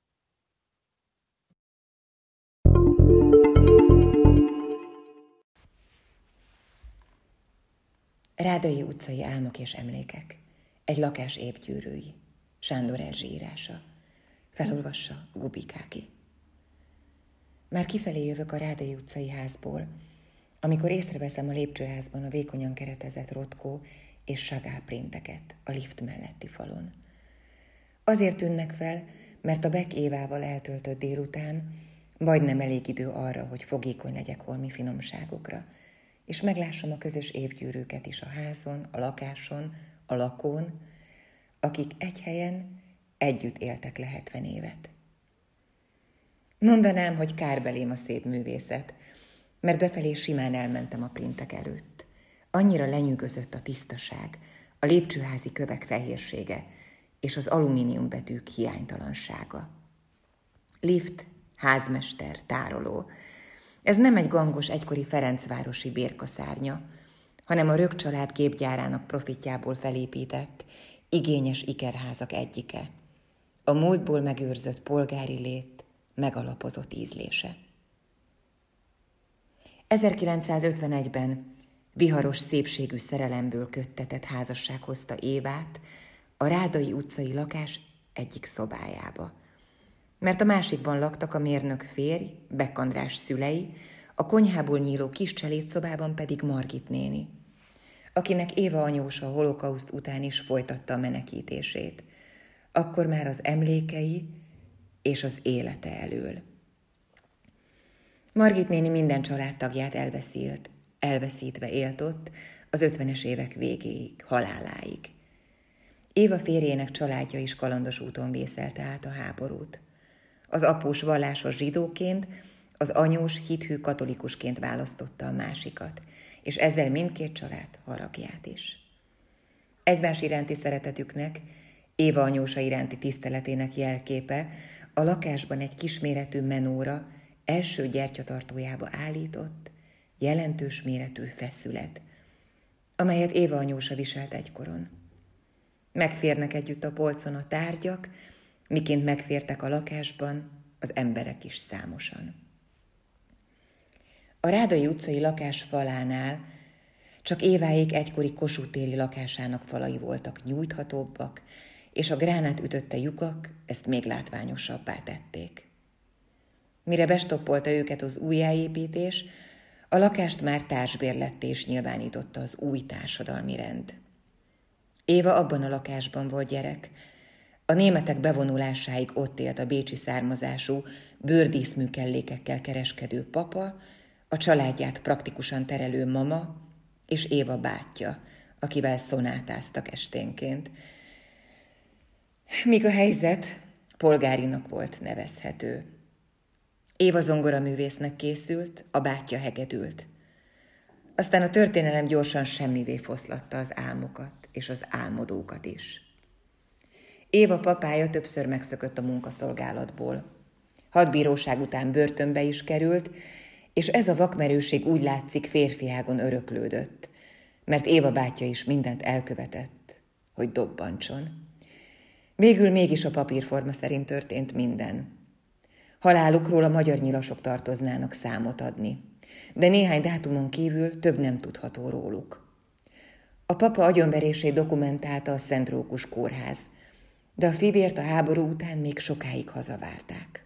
Rádai utcai álmok és emlékek. Egy lakás épgyűrűi. Sándor Erzsi írása. Felolvassa Gubikáki. Már kifelé jövök a Rádai utcai házból, amikor észreveszem a lépcsőházban a vékonyan keretezett Rothko és Chagall printeket a lift melletti falon. Azért tűnnek fel, mert a Beck Évával eltöltött délután majdnem elég idő arra, hogy fogékony legyek holmi finomságokra, és meglássam a közös évgyűrűket is a házon, a lakáson, a lakón, akik egy helyen együtt éltek le hetven évet. Mondanám, hogy kár belém a szép művészet, mert befelé simán elmentem a printek előtt. Annyira lenyűgözött a tisztaság, a lépcsőházi kövek fehérsége és az alumínium betűk hiánytalansága. Lift, házmester, tároló. Ez nem egy gangos egykori ferencvárosi bérkaszárnya, hanem a Rögg család gépgyárának profitjából felépített, igényes ikerházak egyike. A múltból megőrzött polgári lét megalapozott ízlése. ezerkilencszázötvenegyben viharos szépségű szerelemből köttetett házasság hozta Évát a Rádai utcai lakás egyik szobájába. Mert a másikban laktak a mérnök férj, Beck András szülei, a konyhából nyíló kis cselédszobában pedig Margit néni, akinek Éva anyósa a holokauszt után is folytatta a menekítését, akkor már az emlékei és az élete elől. Margit néni minden családtagját elveszílt, elveszítve élt ott az ötvenes évek végéig, haláláig. Éva férjének családja is kalandos úton vészelte át a háborút. Az após vallásos zsidóként, az anyós hithű katolikusként választotta a másikat, és ezzel mindkét család haragját is. Egymás iránti szeretetüknek, Éva anyósa iránti tiszteletének jelképe a lakásban egy kisméretű menóra első gyertyatartójába állított, jelentős méretű feszület, amelyet Éva anyósa viselt egykoron. Megférnek együtt a polcon a tárgyak, miként megfértek a lakásban az emberek is számosan. A Rádai utcai lakás falánál csak Éváék egykori Kossuth téri lakásának falai voltak nyújthatóbbak, és a gránát ütötte lyukak ezt még látványosabbá tették. Mire bestoppolta őket az újjáépítés, a lakást már társbérletté is nyilvánította az új társadalmi rend. Éva abban a lakásban volt gyerek. A németek bevonulásáig ott élt a bécsi származású, bőrdíszmű kellékekkel kereskedő papa, a családját praktikusan terelő mama és Éva bátyja, akivel szonátáztak esténként. Míg a helyzet polgárinak volt nevezhető. Éva zongoraművésznek készült, a bátyja hegedült. Aztán a történelem gyorsan semmivé foszlatta az álmokat és az álmodókat is. Éva papája többször megszökött a munkaszolgálatból. Hadbíróság után börtönbe is került, és ez a vakmerőség úgy látszik férfiágon öröklődött, mert Éva bátyja is mindent elkövetett, hogy dobbantson. Végül mégis a papírforma szerint történt minden. Halálukról a magyar nyilasok tartoznának számot adni, de néhány dátumon kívül több nem tudható róluk. A papa agyonverését dokumentálta a Szent Rókus kórház, de a fivért a háború után még sokáig hazavárták.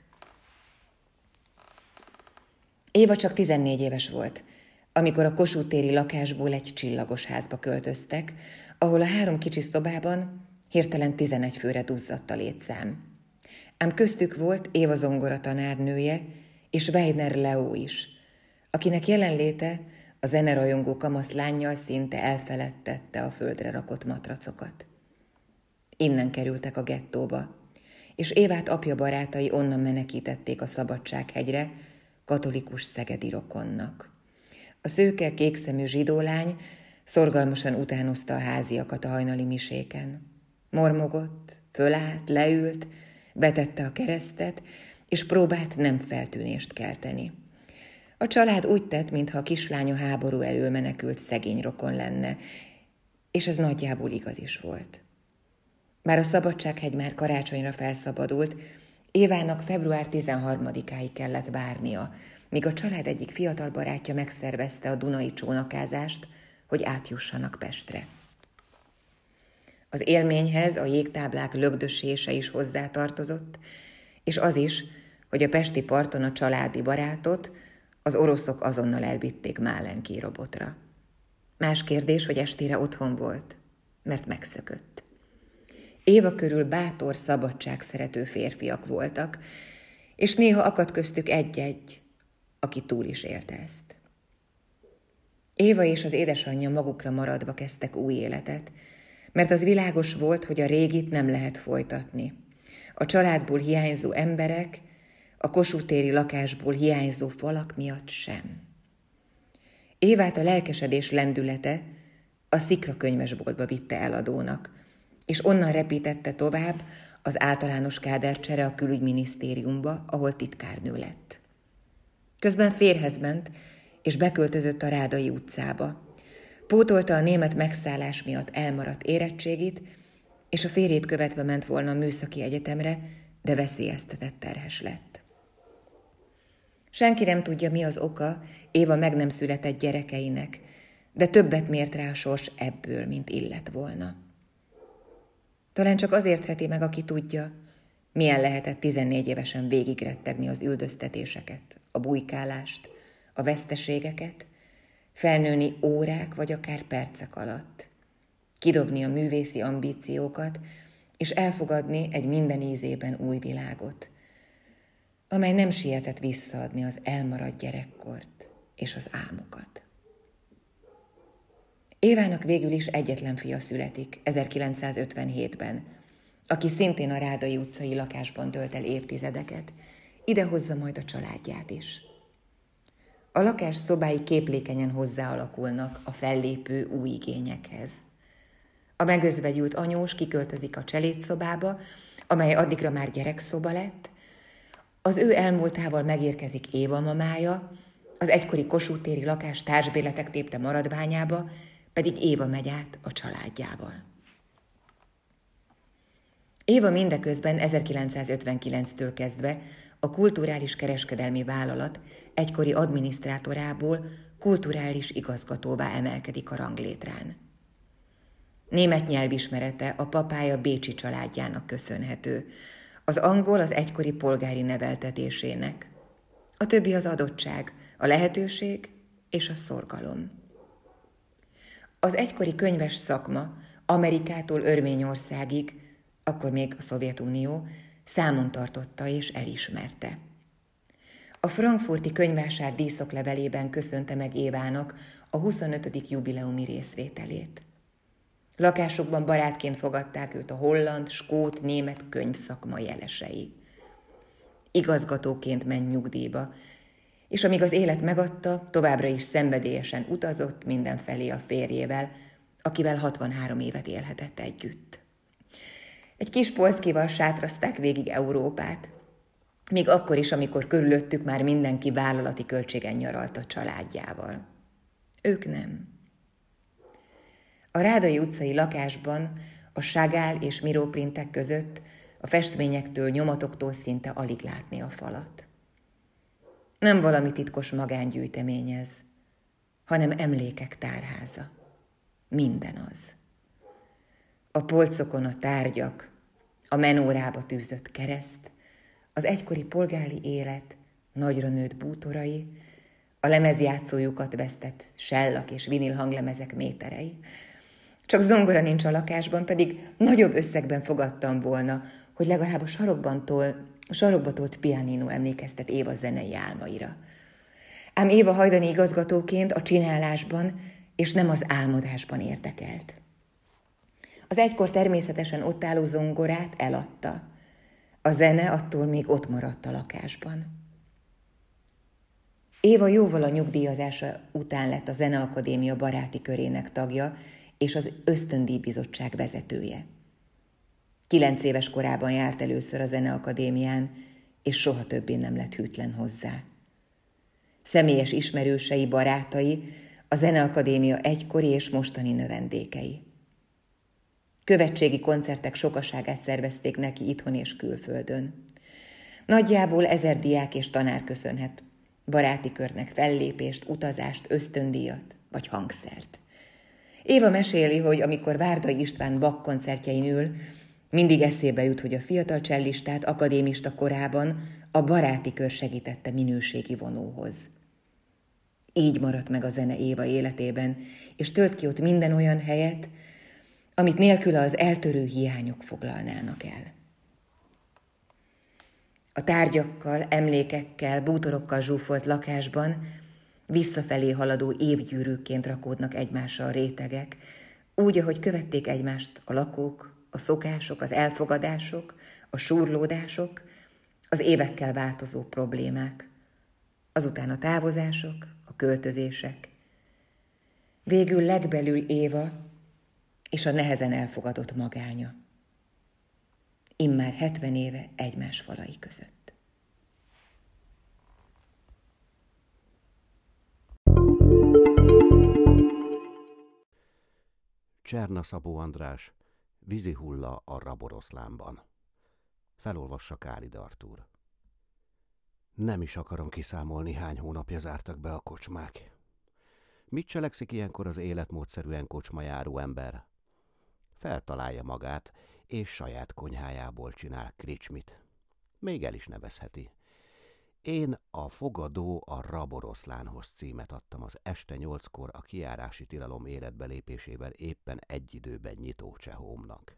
Éva csak tizennégy éves volt, amikor a Kossuth téri lakásból egy csillagos házba költöztek, ahol a három kicsi szobában hirtelen tizenegy főre duzzadt a létszám. Ám köztük volt Éva zongora tanárnője és Weidner Leó is, akinek jelenléte a zenerajongó kamasz lánnyal szinte elfeledtette a földre rakott matracokat. Innen kerültek a gettóba, és Évát apja barátai onnan menekítették a Szabadsághegyre, katolikus szegedi rokonnak. A szőke, kékszemű zsidólány szorgalmasan utánozta a háziakat a hajnali miséken. Mormogott, fölállt, leült, betette a keresztet, és próbált nem feltűnést kelteni. A család úgy tett, mintha a kislánya háború elől menekült szegény rokon lenne, és ez nagyjából igaz is volt. Bár a Szabadsághegy már karácsonyra felszabadult, Évának február tizenharmadikáig kellett várnia, míg a család egyik fiatal barátja megszervezte a dunai csónakázást, hogy átjussanak Pestre. Az élményhez a jégtáblák lögdösése is hozzátartozott, és az is, hogy a pesti parton a családi barátot az oroszok azonnal elvitték Málenki robotra. Más kérdés, hogy estére otthon volt, mert megszökött. Éva körül bátor, szabadságszerető férfiak voltak, és néha akadt köztük egy-egy, aki túl is élte ezt. Éva és az édesanyja magukra maradva kezdtek új életet, mert az világos volt, hogy a régit nem lehet folytatni. A családból hiányzó emberek, a Kossuth téri lakásból hiányzó falak miatt sem. Évát a lelkesedés lendülete a Szikra könyvesboltba vitte eladónak, és onnan repítette tovább az általános kádercsere a külügyminisztériumba, ahol titkárnő lett. Közben férjhez ment, és beköltözött a Rádai utcába. Pótolta a német megszállás miatt elmaradt érettségit, és a férjét követve ment volna a műszaki egyetemre, de veszélyeztetett terhes lett. Senki nem tudja, mi az oka Éva meg nem született gyerekeinek, de többet mért rá a sors ebből, mint illett volna. Talán csak az értheti meg, aki tudja, milyen lehetett tizennégy évesen végigrettegni az üldöztetéseket, a bujkálást, a veszteségeket, felnőni órák vagy akár percek alatt, kidobni a művészi ambíciókat, és elfogadni egy minden ízében új világot, amely nem sietett visszaadni az elmaradt gyerekkort és az álmokat. Évának végül is egyetlen fia születik ezerkilencszázötvenhétben, aki szintén a Rádai utcai lakásban tölt el évtizedeket, idehozza majd a családját is. A lakás szobái képlékenyen hozzáalakulnak a fellépő új igényekhez. A megözvegyült anyós kiköltözik a cselédszobába, amely addigra már gyerekszoba lett, az ő elmúltával megérkezik Éva mamája, az egykori Kossuth téri lakás társbérletek tépte maradványába, pedig Éva megy át a családjával. Éva mindeközben ezerkilencszázötvenkilenctől kezdve a kulturális kereskedelmi vállalat egykori adminisztrátorából kulturális igazgatóvá emelkedik a ranglétrán. Német nyelvismerete a papája bécsi családjának köszönhető, az angol az egykori polgári neveltetésének, a többi az adottság, a lehetőség és a szorgalom. Az egykori könyves szakma Amerikától Örményországig, akkor még a Szovjetunió, számon tartotta és elismerte. A frankfurti könyvvásár díszoklevelében köszönte meg Évának a huszonötödik jubileumi részvételét. Lakásokban barátként fogadták őt a holland, skót, német könyvszakma jelesei. Igazgatóként ment nyugdíjba, és amíg az élet megadta, továbbra is szenvedélyesen utazott mindenfelé a férjével, akivel hatvanhárom évet élhetett együtt. Egy kis polszkival sátrazták végig Európát, még akkor is, amikor körülöttük már mindenki vállalati költségen nyaralt a családjával. Ők nem. A Rádai utcai lakásban a Chagall és Miro printek között a festményektől, nyomatoktól szinte alig látni a falat. Nem valami titkos magángyűjtemény ez, hanem emlékek tárháza. Minden az. A polcokon a tárgyak, a menórába tűzött kereszt, az egykori polgári élet nagyra nőtt bútorai, a lemezjátszójukat vesztett sellak és vinil hanglemezek méterei. Csak zongora nincs a lakásban, pedig nagyobb összegben fogadtam volna, hogy legalább a sarokban tol, a sarokba tolt pianino emlékeztet Éva zenei álmaira. Ám Éva hajdani igazgatóként a csinálásban és nem az álmodásban érdekelt. Az egykor természetesen ott álló zongorát eladta. A zene attól még ott maradt a lakásban. Éva jóval a nyugdíjazása után lett a Zeneakadémia baráti körének tagja és az ösztöndíjbizottság vezetője. Kilenc éves korában járt először a Zeneakadémián, és soha többé nem lett hűtlen hozzá. Személyes ismerősei, barátai, a Zeneakadémia egykori és mostani növendékei. Követségi koncertek sokaságát szervezték neki itthon és külföldön. Nagyjából ezer diák és tanár köszönhet baráti körnek fellépést, utazást, ösztöndíjat vagy hangszert. Éva meséli, hogy amikor Várdai István Bach koncertjein ül, mindig eszébe jut, hogy a fiatal csellistát akadémista korában a baráti kör segítette minőségi vonóhoz. Így maradt meg a zene Éva életében, és tölt ki ott minden olyan helyet, amit nélküle az eltörő hiányok foglalnának el. A tárgyakkal, emlékekkel, bútorokkal zsúfolt lakásban visszafelé haladó évgyűrűkként rakódnak egymással a rétegek, úgy, ahogy követték egymást a lakók, a szokások, az elfogadások, a súrlódások, az évekkel változó problémák, azután a távozások, a költözések. Végül legbelül Éva és a nehezen elfogadott magánya. Immár hetven éve egymás falai között. Cserna Szabó András, Vízihulla a Raboroszlánban. Felolvassa Kálid Artúr. Nem is akarom kiszámolni, hány hónapja zártak be a kocsmák. Mit cselekszik ilyenkor az életmódszerűen kocsmajáró ember? Feltalálja magát, és saját konyhájából csinál kricsmit. Még el is nevezheti. Én a Fogadó a Raboroszlánhoz címet adtam az este nyolckor a kijárási tilalom életbelépésével éppen egy időben nyitó csehómnak.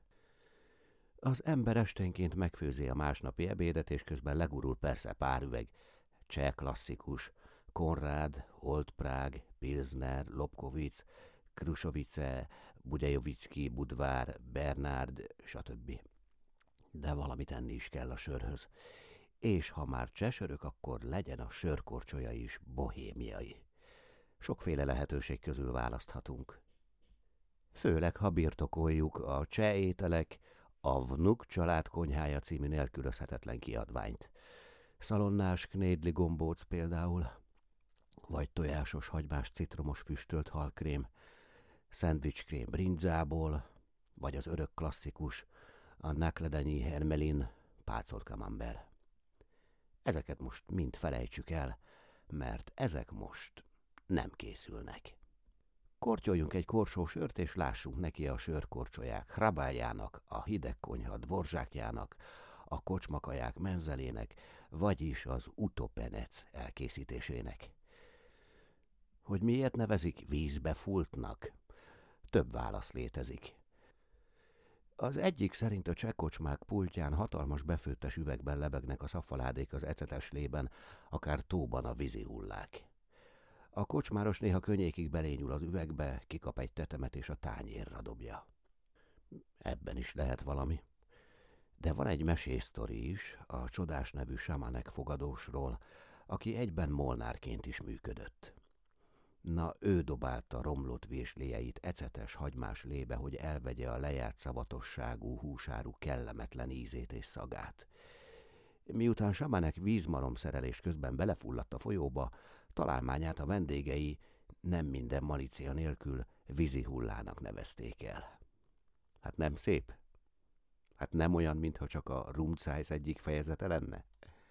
Az ember esténként megfőzi a másnapi ebédet, és közben legurul persze pár üveg cseh klasszikus, Konrád, Old Prague, Pilsner, Lobkowicz, Krušovice, Budejovicki, Budvár, Bernard, stb. De valamit enni is kell a sörhöz. És ha már csesörök, akkor legyen a sörkorcsolya is bohémiai. Sokféle lehetőség közül választhatunk. Főleg, ha birtokoljuk a cseh ételek, a Vnuk család konyhája című nélkülözhetetlen kiadványt. Szalonnás knédli gombóc például, vagy tojásos hagymás citromos füstölt halkrém, szendvicskrém brinzából, vagy az örök klasszikus, a nakledenyi hermelin pácolt camembert. Ezeket most mind felejtsük el, mert ezek most nem készülnek. Kortyoljunk egy korsó sört, és lássunk neki a sörkorcsolyák hrabájának, a hidegkonyha dvorzsákjának, a kocsmakaják menzelének, vagyis az utopenec elkészítésének. Hogy miért nevezik vízbe fultnak? Több válasz létezik. Az egyik szerint a cseh kocsmák pultján hatalmas befőttes üvegben lebegnek a szafaládék az ecetes lében, akár tóban a vízihullák. A kocsmáros néha könnyékig belényul az üvegbe, kikap egy tetemet és a tányérra dobja. Ebben is lehet valami. De van egy mesésztori is, a csodás nevű Samanek fogadósról, aki egyben molnárként is működött. Na, ő dobálta romlott vésléjeit ecetes hagymás lébe, hogy elvegye a lejárt szavatosságú húsáru kellemetlen ízét és szagát. Miután Samanek vízmalom szerelés közben belefulladt a folyóba, találmányát a vendégei nem minden malícia nélkül vízihullának nevezték el. Hát nem szép? Hát nem olyan, mintha csak a Rumcájsz egyik fejezete lenne?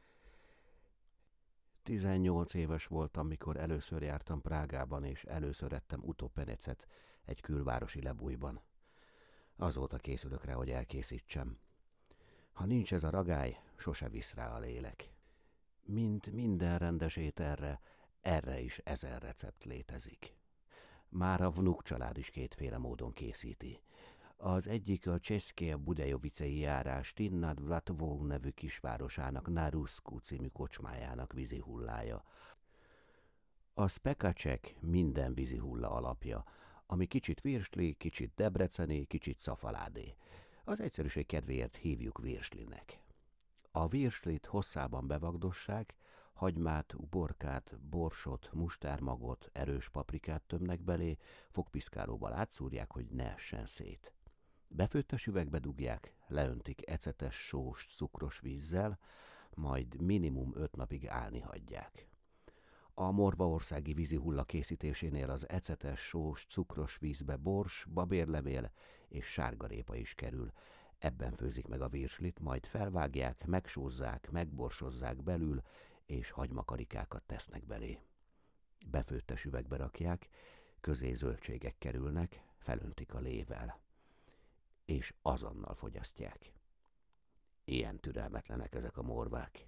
Tizennyolc éves voltam, mikor először jártam Prágában, és először ettem utopenecet egy külvárosi lebújban. Azóta készülök rá, hogy elkészítsem. Ha nincs ez a ragály, sose visz rá a lélek. Mint minden rendes ételre, erre is ezer recept létezik. Már a Vnuk család is kétféle módon készíti. Az egyik a České Budejovicei járás Tinnad Vlatovou nevű kisvárosának Narusku című kocsmájának vízihullája. A spekacek minden vízihulla alapja, ami kicsit virsli, kicsit debreceni, kicsit szafaládé. Az egyszerűség kedvéért hívjuk virslinek. A virslit hosszában bevagdossák, hagymát, uborkát, borsot, mustármagot, erős paprikát tömnek belé, fogpiszkálóval átszúrják, hogy ne essen szét. Befőttes üvegbe dugják, leöntik ecetes, sós, cukros vízzel, majd minimum öt napig állni hagyják. A morvaországi vízihulla készítésénél az ecetes, sós, cukros vízbe bors, babérlevél és sárgarépa is kerül. Ebben főzik meg a virslit, majd felvágják, megsózzák, megborsozzák belül, és hagymakarikákat tesznek belé. Befőttes üvegbe rakják, közé zöldségek kerülnek, felöntik a lével. És azonnal fogyasztják. Ilyen türelmetlenek ezek a morvák.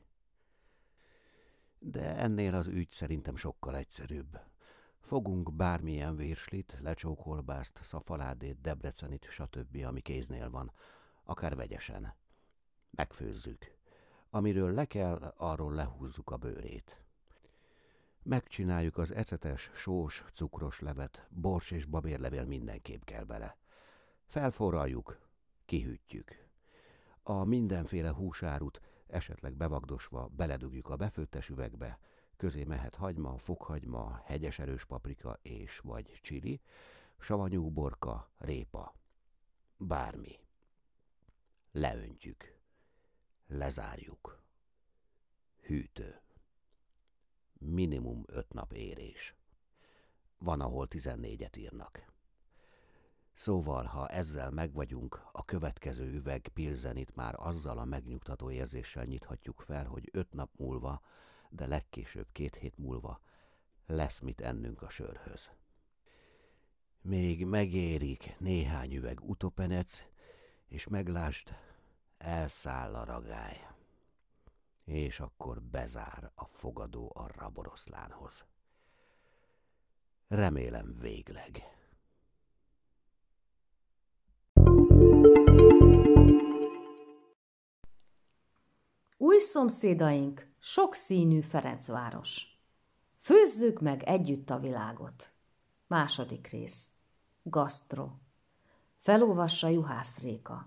De ennél az ügy szerintem sokkal egyszerűbb. Fogunk bármilyen virslit, lecsókolbászt, szafaládét, debrecenit, stb., ami kéznél van, akár vegyesen. Megfőzzük. Amiről le kell, arról lehúzzuk a bőrét. Megcsináljuk az ecetes, sós, cukros levet, bors és babérlevél mindenképp kell bele. Felforraljuk, kihűtjük. A mindenféle húsárut esetleg bevagdosva beledugjuk a befőttes üvegbe, közé mehet hagyma, fokhagyma, hegyes erős paprika és vagy csili, savanyú uborka, répa. Bármi. Leöntjük. Lezárjuk. Hűtő. Minimum öt nap érés. Van, ahol tizennégyet írnak. Szóval, ha ezzel megvagyunk, a következő üveg pilzenit már azzal a megnyugtató érzéssel nyithatjuk fel, hogy öt nap múlva, de legkésőbb két hét múlva lesz mit ennünk a sörhöz. Még megérik néhány üveg utopenec, és meglásd, elszáll a ragály. És akkor bezár a fogadó a raboroszlánhoz. Remélem végleg. Új szomszédaink, sokszínű Ferencváros. Főzzük meg együtt a világot. Második rész. Gasztro. Felolvassa Juhász Réka.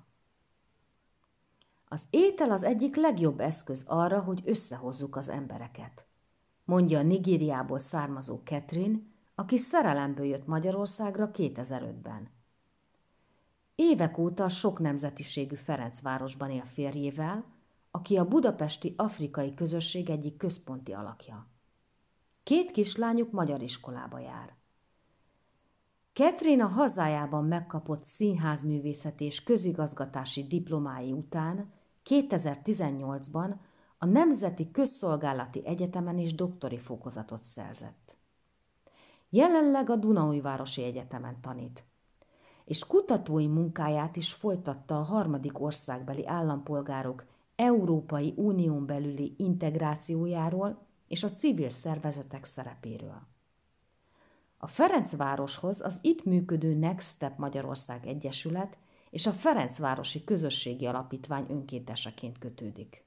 Az étel az egyik legjobb eszköz arra, hogy összehozzuk az embereket, mondja a Nigériából származó Catherine, aki szerelemből jött Magyarországra kétezer-ötben. Évek óta sok nemzetiségű Ferencvárosban él férjével, aki a budapesti afrikai közösség egyik központi alakja. Két kislányuk magyar iskolába jár. Catherine a hazájában megkapott színházművészeti és közigazgatási diplomái után kétezer-tizennyolcban a Nemzeti Közszolgálati Egyetemen is doktori fokozatot szerzett. Jelenleg a Dunaújvárosi Egyetemen tanít, és kutatói munkáját is folytatta a harmadik országbeli állampolgárok Európai Unión belüli integrációjáról és a civil szervezetek szerepéről. A Ferencvároshoz az itt működő Next Step Magyarország Egyesület és a Ferencvárosi Közösségi Alapítvány önkénteseként kötődik.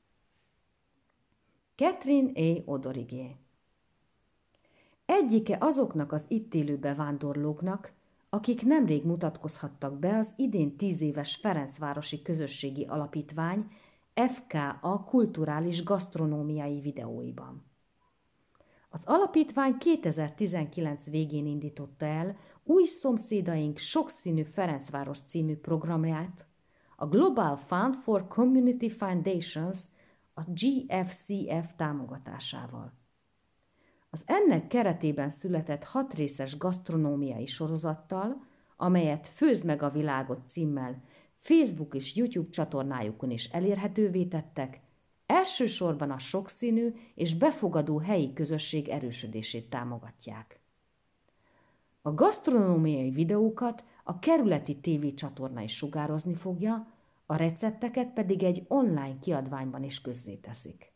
Catherine A. Odorigé egyike azoknak az itt élő bevándorlóknak, akik nemrég mutatkozhattak be az idén tíz éves Ferencvárosi Közösségi Alapítvány ef ká á kulturális gasztronómiai videóiban. Az alapítvány kétezer-tizenkilenc végén indította el Új szomszédaink sokszínű Ferencváros című programját, a Global Fund for Community Foundations, a gé ef cé ef támogatásával. Az ennek keretében született hatrészes gasztronómiai sorozattal, amelyet Főzd meg a világot címmel Facebook és YouTube csatornájukon is elérhetővé tettek, elsősorban a sokszínű és befogadó helyi közösség erősödését támogatják. A gasztronómiai videókat a kerületi tévécsatorna is sugározni fogja, a recepteket pedig egy online kiadványban is közzéteszik.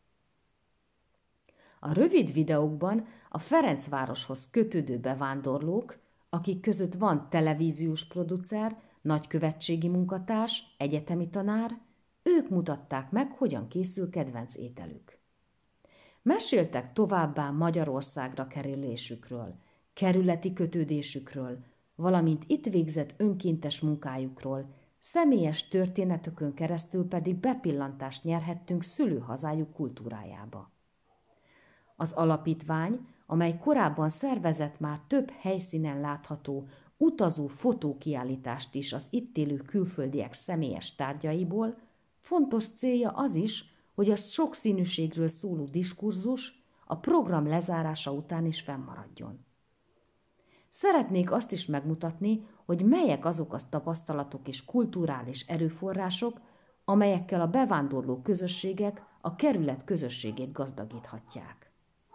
A rövid videókban a Ferencvároshoz kötődő bevándorlók, akik között van televíziós producer, nagykövetségi munkatárs, egyetemi tanár, ők mutatták meg, hogyan készül kedvenc ételük. Meséltek továbbá Magyarországra kerülésükről, kerületi kötődésükről, valamint itt végzett önkéntes munkájukról, személyes történetökön keresztül pedig bepillantást nyerhettünk szülőhazájuk kultúrájába. Az alapítvány, amely korábban szervezett már több helyszínen látható utazó fotókiállítást is az itt élő külföldiek személyes tárgyaiból, fontos célja az is, hogy a sokszínűségről szóló diskurzus a program lezárása után is fennmaradjon. Szeretnék azt is megmutatni, hogy melyek azok a tapasztalatok és kulturális erőforrások, amelyekkel a bevándorló közösségek a kerület közösségét gazdagíthatják.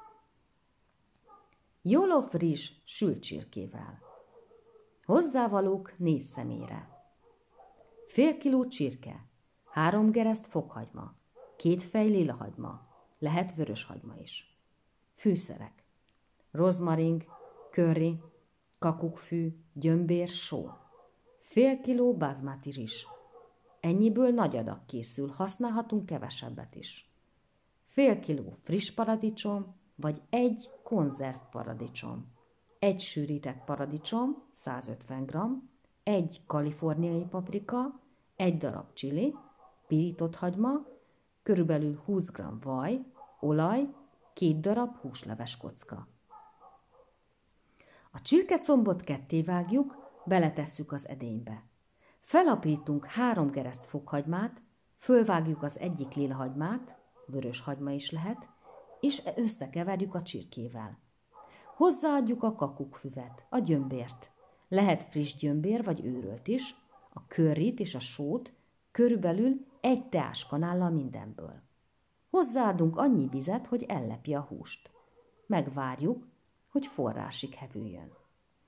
Jóló rizs sült csirkével. Hozzávalók négy személyre. Fél kiló csirke, három gereszt fokhagyma, két fej lilahagyma, lehet vöröshagyma is. Fűszerek. Rozmaring, curry, kakukkfű, gyömbér, só. Fél kiló bázmáti rizs. Ennyiből nagy adag készül, használhatunk kevesebbet is. Fél kiló friss paradicsom, vagy egy konzerv paradicsom. Egy sűrített paradicsom, százötven gramm, egy kaliforniai paprika, egy darab csili, pirított hagyma, körülbelül húsz gramm vaj, olaj, két darab húsleves kocka. A csirkecombot ketté vágjuk, beletesszük az edénybe. Felaprítunk három gereszt fokhagymát, fölvágjuk az egyik lilahagymát, vörös hagyma is lehet, és összekeverjük a csirkével. Hozzáadjuk a kakukkfüvet, a gyömbért. Lehet friss gyömbér vagy őrölt is, a curryt és a sót, körülbelül egy teáskanállal mindenből. Hozzáadunk annyi vizet, hogy ellepje a húst. Megvárjuk, hogy forrásig hevüljön.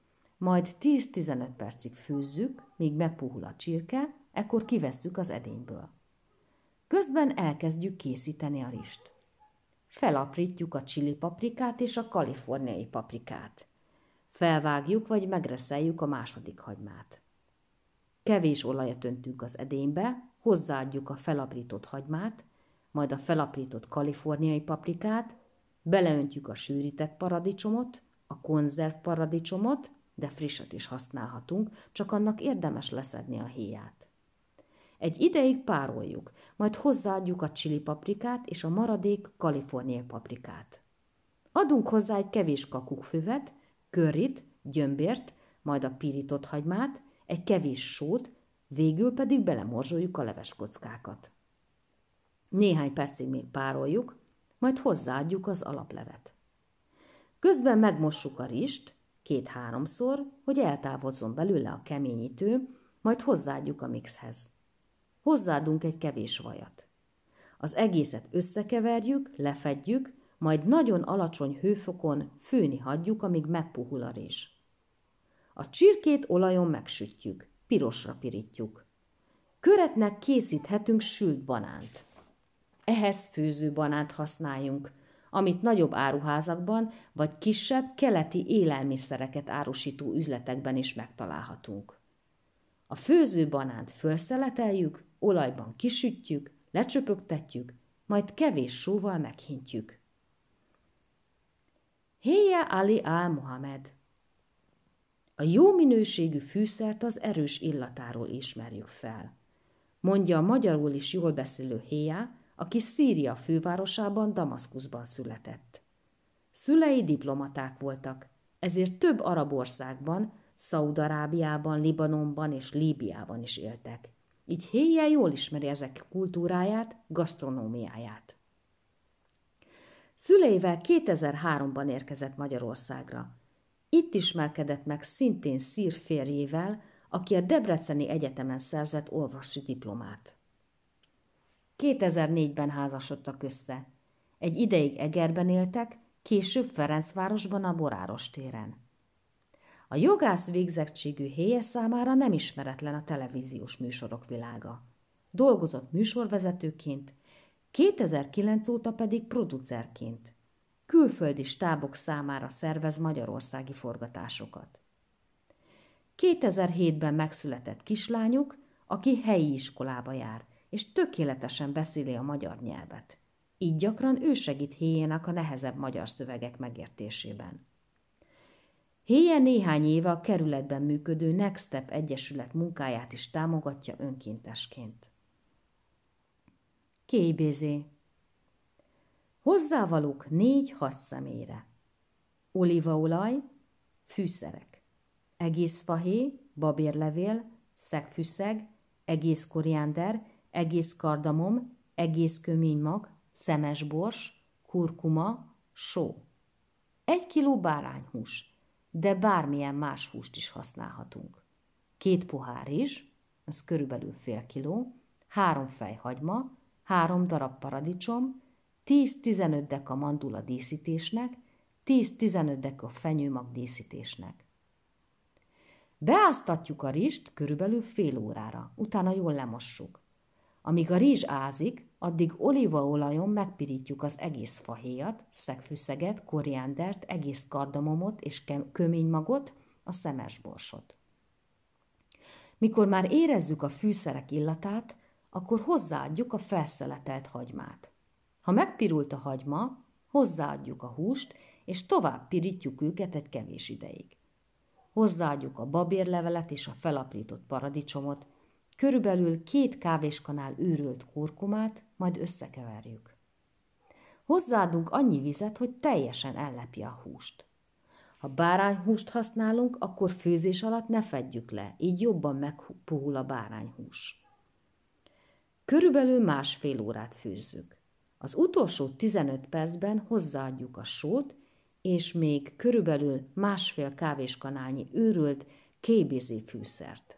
majd tíz-tizenöt percig főzzük, míg megpuhul a csirke, ekkor kivesszük az edényből. Közben elkezdjük készíteni a rist. Felaprítjuk a chili paprikát és a kaliforniai paprikát. Felvágjuk vagy megreszeljük a második hagymát. Kevés olajat öntünk az edénybe, hozzáadjuk a felaprított hagymát, majd a felaprított kaliforniai paprikát, beleöntjük a sűrített paradicsomot, a konzerv paradicsomot, de frisset is használhatunk, csak annak érdemes leszedni a héját. Egy ideig pároljuk, majd hozzáadjuk a chili paprikát és a maradék kaliforniai paprikát. Adunk hozzá egy kevés kakukkfüvet, curryt, gyömbért, majd a pirított hagymát, egy kevés sót, végül pedig belemorzsoljuk a leveskockákat. Néhány percig még pároljuk, majd hozzáadjuk az alaplevet. Közben megmossuk a rist két-háromszor, hogy eltávozzon belőle a keményítő, majd hozzáadjuk a mixhez. Hozzáadunk egy kevés vajat. Az egészet összekeverjük, lefedjük, majd nagyon alacsony hőfokon főni hagyjuk, amíg megpuhul a rizs. A csirkét olajon megsütjük, pirosra pirítjuk. Köretnek készíthetünk sült banánt. Ehhez főző banánt használjunk, amit nagyobb áruházakban vagy kisebb keleti élelmiszereket árusító üzletekben is megtalálhatunk. A főző banánt fölszeleteljük, olajban kisütjük, lecsöpögtetjük, majd kevés sóval meghintjük. Héja Ali al-Mohamed. A jó minőségű fűszert az erős illatáról ismerjük fel. Mondja a magyarul is jól beszélő Héja, aki Szíria fővárosában, Damaszkuszban született. Szülei diplomaták voltak, ezért több arab országban, Szaúd-Arábiában, Libanonban és Líbiában is éltek. Így Héja jól ismeri ezek kultúráját, gasztronómiáját. Szüleivel kétezer-háromban érkezett Magyarországra. Itt ismerkedett meg szintén szír férjével, aki a Debreceni Egyetemen szerzett orvosi diplomát. kétezer-négyben házasodtak össze. Egy ideig Egerben éltek, később Ferencvárosban a Boráros téren. A jogász végzettségű Héja számára nem ismeretlen a televíziós műsorok világa. Dolgozott műsorvezetőként, kétezer-kilenc óta pedig producerként. Külföldi stábok számára szervez magyarországi forgatásokat. kétezer-hétben megszületett kislányuk, aki helyi iskolába jár, és tökéletesen beszéli a magyar nyelvet. Így gyakran ő segít Héjának a nehezebb magyar szövegek megértésében. Héja néhány éve a kerületben működő Next Step Egyesület munkáját is támogatja önkéntesként. ká bé zé. Hozzávalók négy-hat személyre. Olívaolaj, fűszerek. Egész fahéj, babérlevél, szegfűszeg, egész koriander, egész kardamom, egész köménymag, szemesbors, kurkuma, só. Egy kiló bárányhús, de bármilyen más húst is használhatunk. Két pohár rizs, az körülbelül fél kiló, három fej hagyma, három darab paradicsom, tíz-tizenöt deka mandula díszítésnek, tíz-tizenöt deka fenyőmag díszítésnek. Beáztatjuk a rizst körülbelül fél órára, utána jól lemossuk. Amíg a rizs ázik, addig olívaolajon megpirítjuk az egész fahéjat, szegfűszeget, koriandert, egész kardamomot és köménymagot, a szemesborsot. Mikor már érezzük a fűszerek illatát, akkor hozzáadjuk a felszeletelt hagymát. Ha megpirult a hagyma, hozzáadjuk a húst, és tovább pirítjuk őket egy kevés ideig. Hozzáadjuk a babérlevelet és a felaprított paradicsomot, körülbelül két kávéskanál őrölt kurkumát, majd összekeverjük. Hozzáadunk annyi vizet, hogy teljesen ellepje a húst. Ha bárányhúst használunk, akkor főzés alatt ne fedjük le, így jobban megpuhul a bárányhús. Körülbelül másfél órát főzzük. Az utolsó tizenöt percben hozzáadjuk a sót, és még körülbelül másfél kávéskanálnyi őrölt ká bé zé fűszert.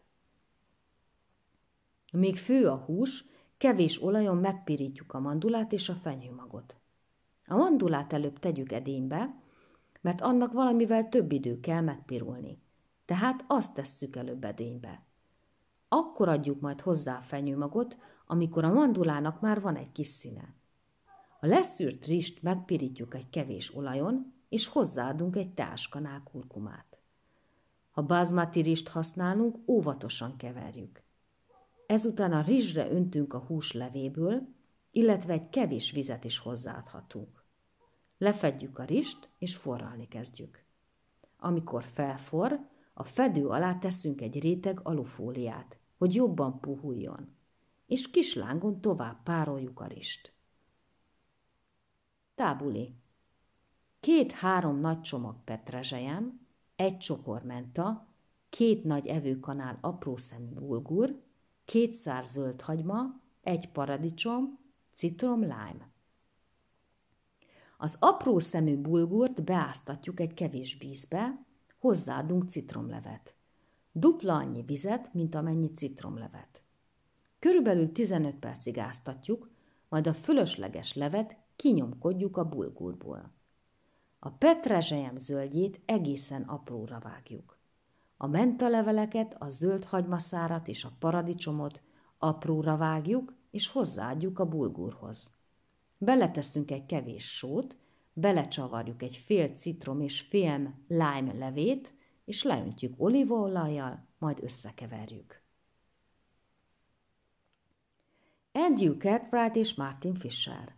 Még fő a hús, kevés olajon megpirítjuk a mandulát és a fenyőmagot. A mandulát előbb tegyük edénybe, mert annak valamivel több idő kell megpirulni. tehát azt tesszük előbb edénybe. Akkor adjuk majd hozzá a fenyőmagot, amikor a mandulának már van egy kis színe. A leszűrt rist megpirítjuk egy kevés olajon, és hozzáadunk egy teáskanál kurkumát. Ha basmati rist használunk, óvatosan keverjük. Ezután a rizsre öntünk a hús levéből, illetve egy kevés vizet is hozzáadhatunk. Lefedjük a rist, és forralni kezdjük. Amikor felforr, a fedő alá teszünk egy réteg alufóliát, hogy jobban puhuljon, és kis lángon tovább pároljuk a rist. Tábuli. Két-három nagy csomag petrezselyem, egy csokor menta, két nagy evőkanál apró szemű bulgur, két szár zöld hagyma, egy paradicsom, citrom, lime. Az apró szemű bulgurt beáztatjuk egy kevés vízbe, hozzáadunk citromlevet. Dupla annyi vizet, mint amennyi citromlevet. Körülbelül tizenöt percig áztatjuk, majd a fölösleges levet kinyomkodjuk a bulgurból. A petrezselyem zöldjét egészen apróra vágjuk. A mentaleveleket, a zöld hagymaszárat és a paradicsomot apróra vágjuk, és hozzáadjuk a bulgurhoz. Beleteszünk egy kevés sót, belecsavarjuk egy fél citrom és fél lime levét, és leöntjük olívaolajjal, majd összekeverjük. Andrew Cartwright és Martin Fisher.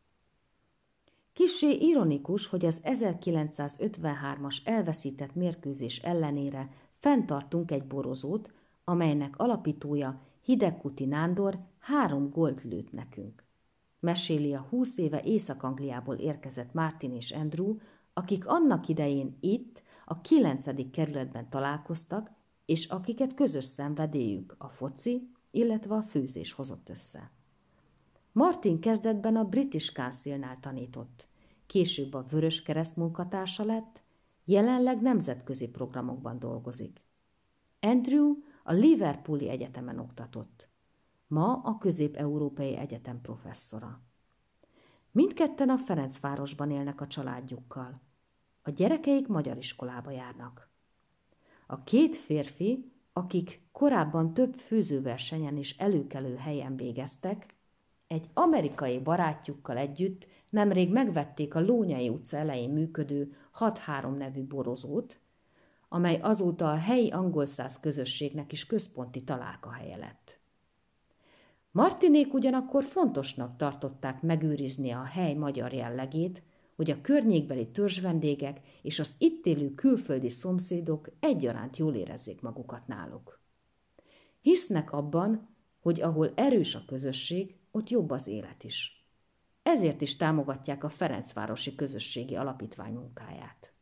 Kissé ironikus, hogy az ezerkilencszázötvenhármas elveszített mérkőzés ellenére fenntartunk egy borozót, amelynek alapítója Hidegkuti Nándor három gólt lőtt nekünk. Meséli a húsz éve Észak-Angliából érkezett Martin és Andrew, akik annak idején itt, a kilencedik kerületben találkoztak, és akiket közös szenvedélyük, a foci, illetve a főzés hozott össze. Martin kezdetben a British Councilnál tanított, később a Vöröskereszt munkatársa lett, jelenleg nemzetközi programokban dolgozik. Andrew a Liverpooli Egyetemen oktatott. Ma a Közép-Európai Egyetem professzora. Mindketten a Ferencvárosban élnek a családjukkal. A gyerekeik magyar iskolába járnak. A két férfi, akik korábban több főzőversenyen és előkelő helyen végeztek, egy amerikai barátjukkal együtt nemrég megvették a Lónyai utca elején működő hat három nevű borozót, amely azóta a helyi angolszász közösségnek is központi találkahelye lett. Martinék ugyanakkor fontosnak tartották megőrizni a hely magyar jellegét, hogy a környékbeli törzsvendégek és az itt élő külföldi szomszédok egyaránt jól érezzék magukat náluk. Hisznek abban, hogy ahol erős a közösség, ott jobb az élet is. Ezért is támogatják a Ferencvárosi Közösségi Alapítvány munkáját.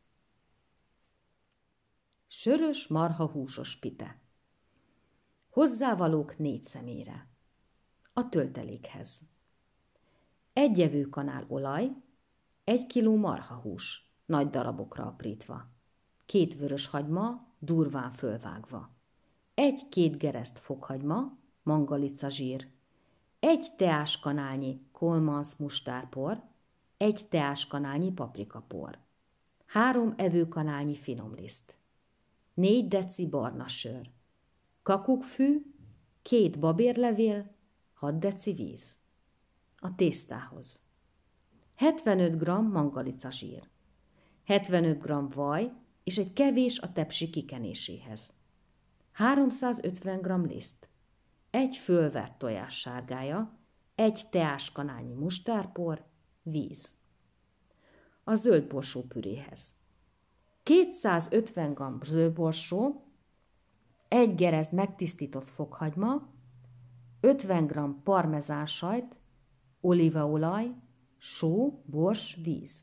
Sörös marha húsos pite. Hozzávalók négy személyre. A töltelékhez. Egy evőkanál olaj, egy kiló marhahús, nagy darabokra aprítva, két vörös hagyma, durván fölvágva, egy-két gereszt fokhagyma, mangalica zsír, egy teáskanálnyi kolmansz mustárpor, egy teáskanálnyi paprikapor, három evőkanálnyi finomliszt, négy deci barna sör, kakukkfű, két babérlevél, hat deci víz. A tésztához. hetvenöt gramm mangalica zsír, hetvenöt gramm vaj és egy kevés a tepsi kikenéséhez, háromszázötven gramm liszt, egy fölvert tojás sárgája, egy teáskanálnyi mustárpor, víz. A zöldborsó püréhez. kétszázötven gramm zöldborsó, egy gereszt megtisztított fokhagyma, ötven gramm parmezánsajt, olívaolaj, só, bors, víz.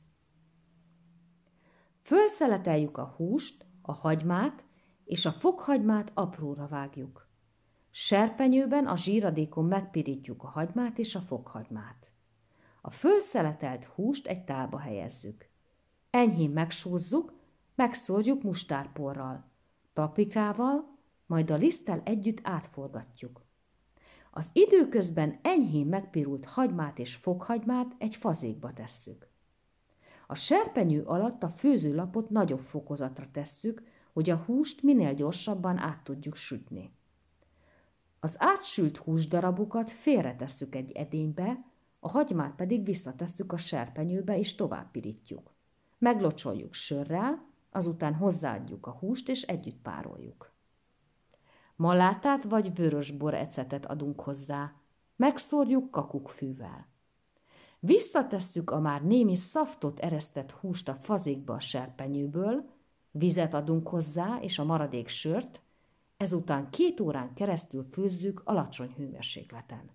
Fölszeleteljük a húst, a hagymát és a fokhagymát apróra vágjuk. Serpenyőben a zsíradékon megpirítjuk a hagymát és a fokhagymát. A fölszeletelt húst egy tálba helyezzük. Enyhén megsózzuk, megszórjuk mustárporral, paprikával, majd a liszttel együtt átforgatjuk. Az időközben enyhén megpirult hagymát és fokhagymát egy fazékba tesszük. A serpenyő alatt a főzőlapot nagyobb fokozatra tesszük, hogy a húst minél gyorsabban át tudjuk sütni. Az átsült húsdarabokat félretesszük egy edénybe, a hagymát pedig visszatesszük a serpenyőbe és tovább pirítjuk. Meglocsoljuk sörrel, azután hozzáadjuk a húst és együtt pároljuk. Malátát vagy vörösbor ecetet adunk hozzá, megszórjuk kakukkfűvel. Visszatesszük a már némi szaftot eresztett húst a fazékba a serpenyőből, vizet adunk hozzá és a maradék sört, ezután két órán keresztül főzzük alacsony hőmérsékleten.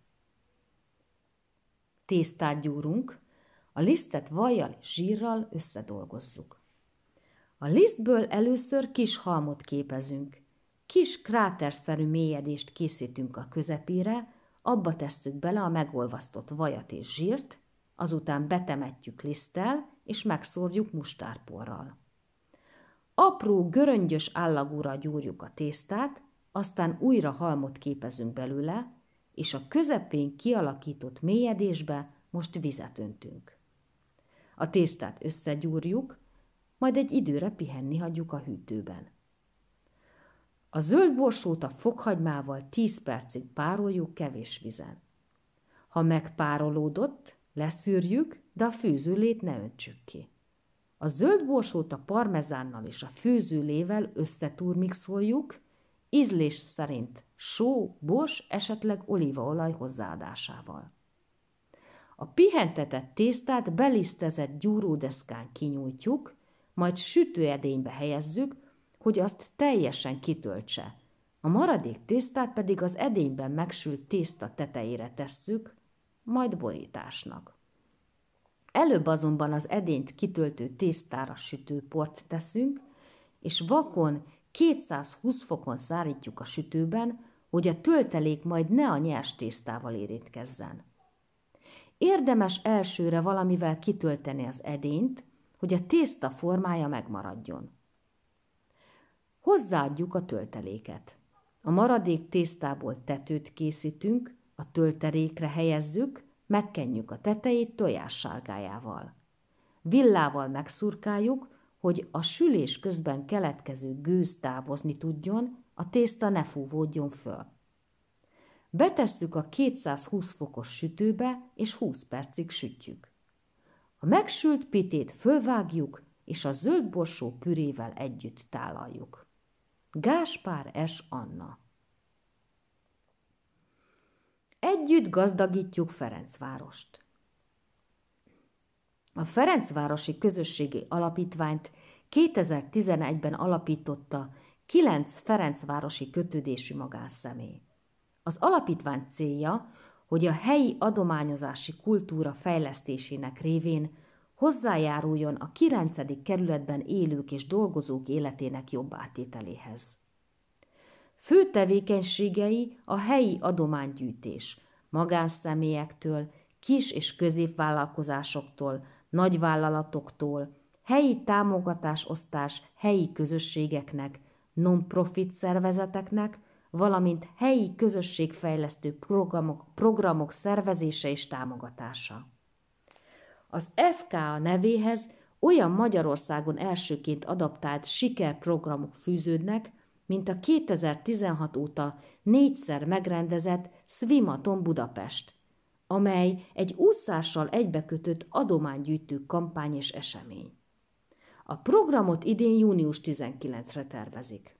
Tésztát gyúrunk, a lisztet vajjal és zsírral összedolgozzuk. A lisztből először kis halmot képezünk, kis kráterszerű mélyedést készítünk a közepére, abba tesszük bele a megolvasztott vajat és zsírt, azután betemetjük liszttel és megszórjuk mustárporral. Apró, göröngyös állagúra gyúrjuk a tésztát, aztán újra halmot képezünk belőle, és a közepén kialakított mélyedésbe most vizet öntünk. A tésztát összegyúrjuk, majd egy időre pihenni hagyjuk a hűtőben. A zöld borsót a fokhagymával tíz percig pároljuk kevés vizen. Ha megpárolódott, leszűrjük, de a főzőlét ne öntsük ki. A zöld borsót a parmezánnal és a főzőlével összetúrmixoljuk, ízlés szerint só, bors, esetleg olívaolaj hozzáadásával. A pihentetett tésztát belisztezett gyúródeszkán kinyújtjuk, majd sütőedénybe helyezzük, hogy azt teljesen kitöltse. A maradék tésztát pedig az edényben megsült tészta tetejére tesszük, majd borításnak. Előbb azonban az edényt kitöltő tésztára sütőport teszünk, és vakon kétszázhúsz fokon szárítjuk a sütőben, hogy a töltelék majd ne a nyers tésztával érintkezzen. Érdemes elsőre valamivel kitölteni az edényt, hogy a tészta formája megmaradjon. Hozzáadjuk a tölteléket. A maradék tésztából tetőt készítünk, a töltelékre helyezzük, megkenjük a tetejét tojássárgájával. Villával megszurkáljuk, hogy a sülés közben keletkező gőz távozni tudjon, a tészta ne fúvódjon föl. Betesszük a kétszázhúsz fokos sütőbe, és húsz percig sütjük. A megsült pitét fölvágjuk, és a zöld borsó pürével együtt tálaljuk. Gáspár S. Anna. Együtt gazdagítjuk Ferencvárost. A Ferencvárosi Közösségi Alapítványt kétezer-tizenegyben alapította kilenc ferencvárosi kötődésű magánszemély. Az alapítvány célja, hogy a helyi adományozási kultúra fejlesztésének révén hozzájáruljon a kilencedik kerületben élők és dolgozók életének jobb átételéhez. Fő tevékenységei a helyi adománygyűjtés, magánszemélyektől, kis- és középvállalkozásoktól, nagyvállalatoktól, helyi támogatásosztás helyi közösségeknek, non-profit szervezeteknek, valamint helyi közösségfejlesztő programok, programok szervezése és támogatása. Az ef ká á nevéhez olyan Magyarországon elsőként adaptált sikerprogramok fűződnek, mint a kétezer-tizenhat óta négyszer megrendezett Swimaton Budapest, amely egy úszással egybekötött adománygyűjtő kampány és esemény. A programot idén június tizenkilencedikére tervezik.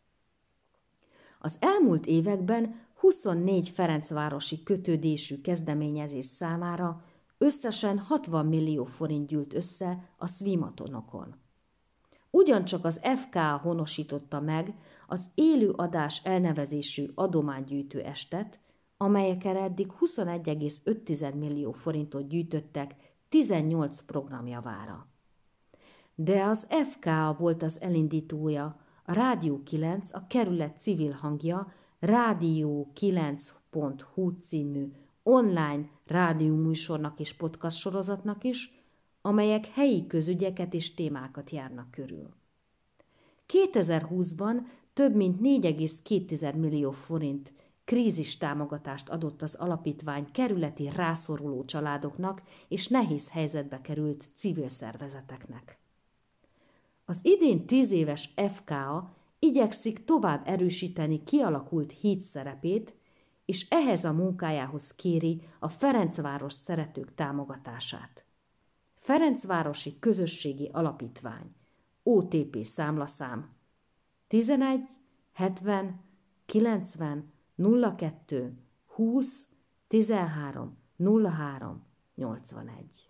Az elmúlt években huszonnégy ferencvárosi kötődésű kezdeményezés számára összesen hatvan millió forint gyűlt össze a Swimatonokon. Ugyancsak az ef ká á honosította meg az élő adás elnevezésű adománygyűjtő estet, amelyeken eddig huszonegy egész öt millió forintot gyűjtöttek tizennyolc program javára. De az ef ká á volt az elindítója, a Rádió kilenc, a kerület civil hangja, rádió kilenc pont hu című online rádióműsornak és podcast sorozatnak is, amelyek helyi közügyeket és témákat járnak körül. kétezer-húszban több mint négy egész két millió forint krízis támogatást adott az alapítvány kerületi rászoruló családoknak és nehéz helyzetbe került civil szervezeteknek. Az idén tíz éves ef ká á igyekszik tovább erősíteni kialakult híd szerepét, és ehhez a munkájához kéri a Ferencváros szeretők támogatását. Ferencvárosi Közösségi Alapítvány, o té pé számlaszám tizenegy hetven kilencven nulla kettő húsz tizenhárom nulla három nyolcvanegy.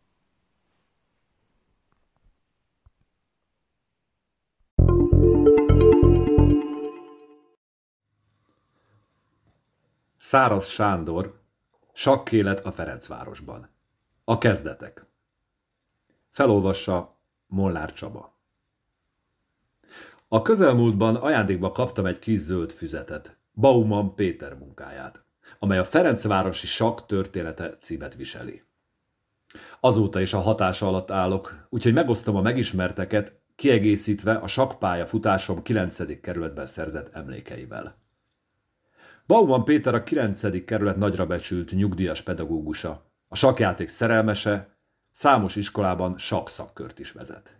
Száraz Sándor, Sakkélet a Ferencvárosban. A kezdetek. Felolvassa Molnár Csaba. A közelmúltban ajándékba kaptam egy kis zöld füzetet, Baumann Péter munkáját, amely a Ferencvárosi sakk története címet viseli. Azóta is a hatása alatt állok, úgyhogy megosztom a megismerteket, kiegészítve a sakkpálya futásom kilencedik kerületben szerzett emlékeivel. Baumann Péter a kilencedik kerület nagyra becsült nyugdíjas pedagógusa, a sakkjáték szerelmese, számos iskolában sakkszakkört is vezet.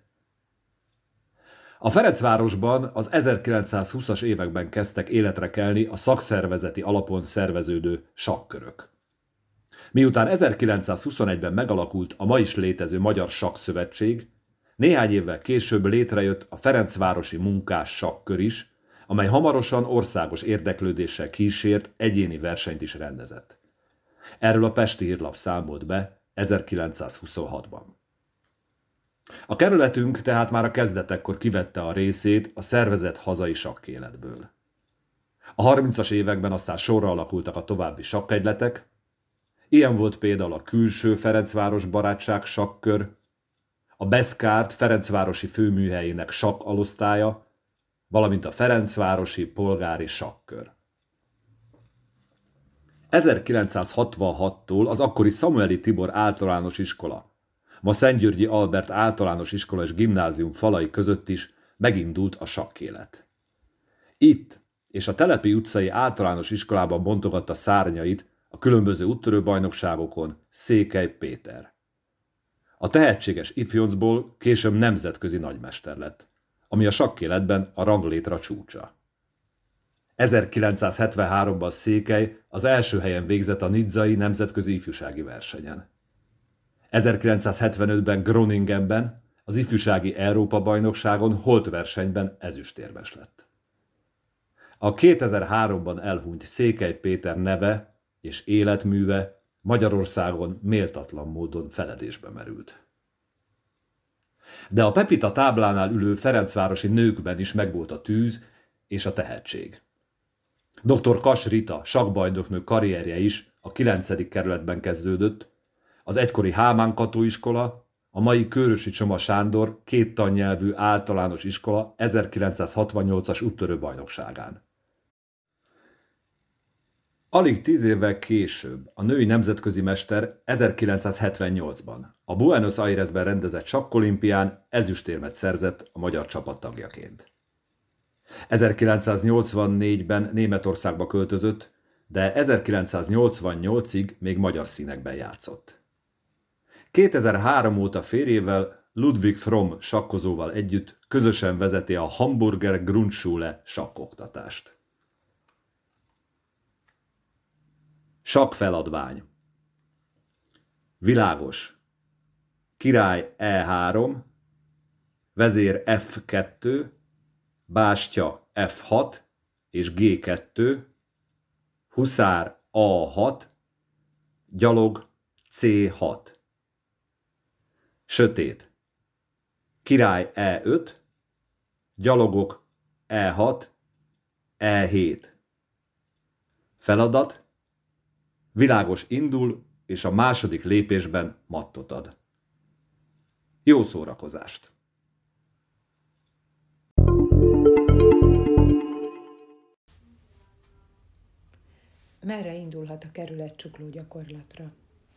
A Ferencvárosban az ezerkilencszázhúszas években kezdtek életre kelni a szakszervezeti alapon szerveződő sakkörök. Miután ezerkilencszázhuszonegyben megalakult a ma is létező Magyar Sakkszövetség, néhány évvel később létrejött a Ferencvárosi Munkás Sakkör is, amely hamarosan országos érdeklődéssel kísért egyéni versenyt is rendezett. Erről a Pesti Hírlap számolt be ezerkilencszázhuszonhatban. A kerületünk tehát már a kezdetekkor kivette a részét a szervezett hazai sakkéletből. A harmincas években aztán sorra alakultak a további sakkegyletek, ilyen volt például a Külső Ferencváros Barátság sakkör, a Beszkárt Ferencvárosi főműhelyének sakk alosztálya, valamint a Ferencvárosi Polgári Sakkör. ezerkilencszázhatvanhattól az akkori Szamueli Tibor általános iskola, ma Szentgyörgyi Albert általános iskola és gimnázium falai között is megindult a sakkélet. Itt és a Telepi utcai általános iskolában bontogatta szárnyait a különböző úttörőbajnokságokon Székely Péter. A tehetséges ifjoncból később nemzetközi nagymester lett, ami a sakkéletben a ranglétra csúcsa. ezerkilencszázhetvenháromban Székely az első helyen végzett a nizzai nemzetközi ifjúsági versenyen. ezerkilencszázhetvenötben Groningenben az ifjúsági Európa-bajnokságon holtversenyben ezüstérmes lett. A kétezer-háromban elhunyt Székely Péter neve és életműve Magyarországon méltatlan módon feledésbe merült. De a Pepita táblánál ülő ferencvárosi nőkben is megvolt a tűz és a tehetség. doktor Kass Rita sakkbajnoknő karrierje is a kilencedik kerületben kezdődött, az egykori Hámán Kató iskola, a mai Kőrösi Csoma Sándor két tannyelvű általános iskola ezerkilencszázhatvannyolcas úttörőbajnokságán. Alig tíz évvel később a női nemzetközi mester ezerkilencszázhetvennyolcban a Buenos Airesben rendezett sakkolimpián ezüstérmet szerzett a magyar csapat tagjaként. ezerkilencszáznyolcvannégyben Németországba költözött, de ezerkilencszáznyolcvannyolcig még magyar színekben játszott. kétezer-három óta férjével, Ludwig Fromm sakkozóval együtt közösen vezeti a Hamburger Grundschule sakkoktatást. Sakkfeladvány. Világos. Király E három, vezér F kettő, bástya F hat és G kettő, huszár A hat, gyalog C hat. Sötét. Király E öt, gyalogok E hat, E hét. Feladat. Világos indul, és a második lépésben mattot ad. Jó szórakozást! Merre indulhat a kerület csukló gyakorlatra?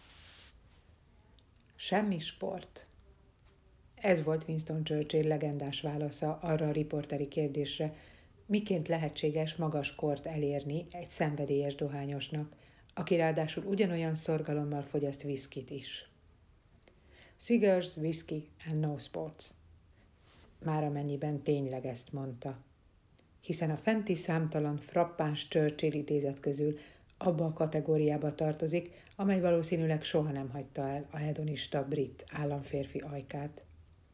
Semmi sport. Ez volt Winston Churchill legendás válasza arra a riporteri kérdésre, miként lehetséges magas kort elérni egy szenvedélyes dohányosnak, aki ráadásul ugyanolyan szorgalommal fogyaszt viszkit is. Cigars, whiskey and no sports. már amennyiben tényleg ezt mondta. Hiszen a fenti számtalan frappáns Churchill idézet közül abba a kategóriába tartozik, amely valószínűleg soha nem hagyta el a hedonista brit államférfi ajkát.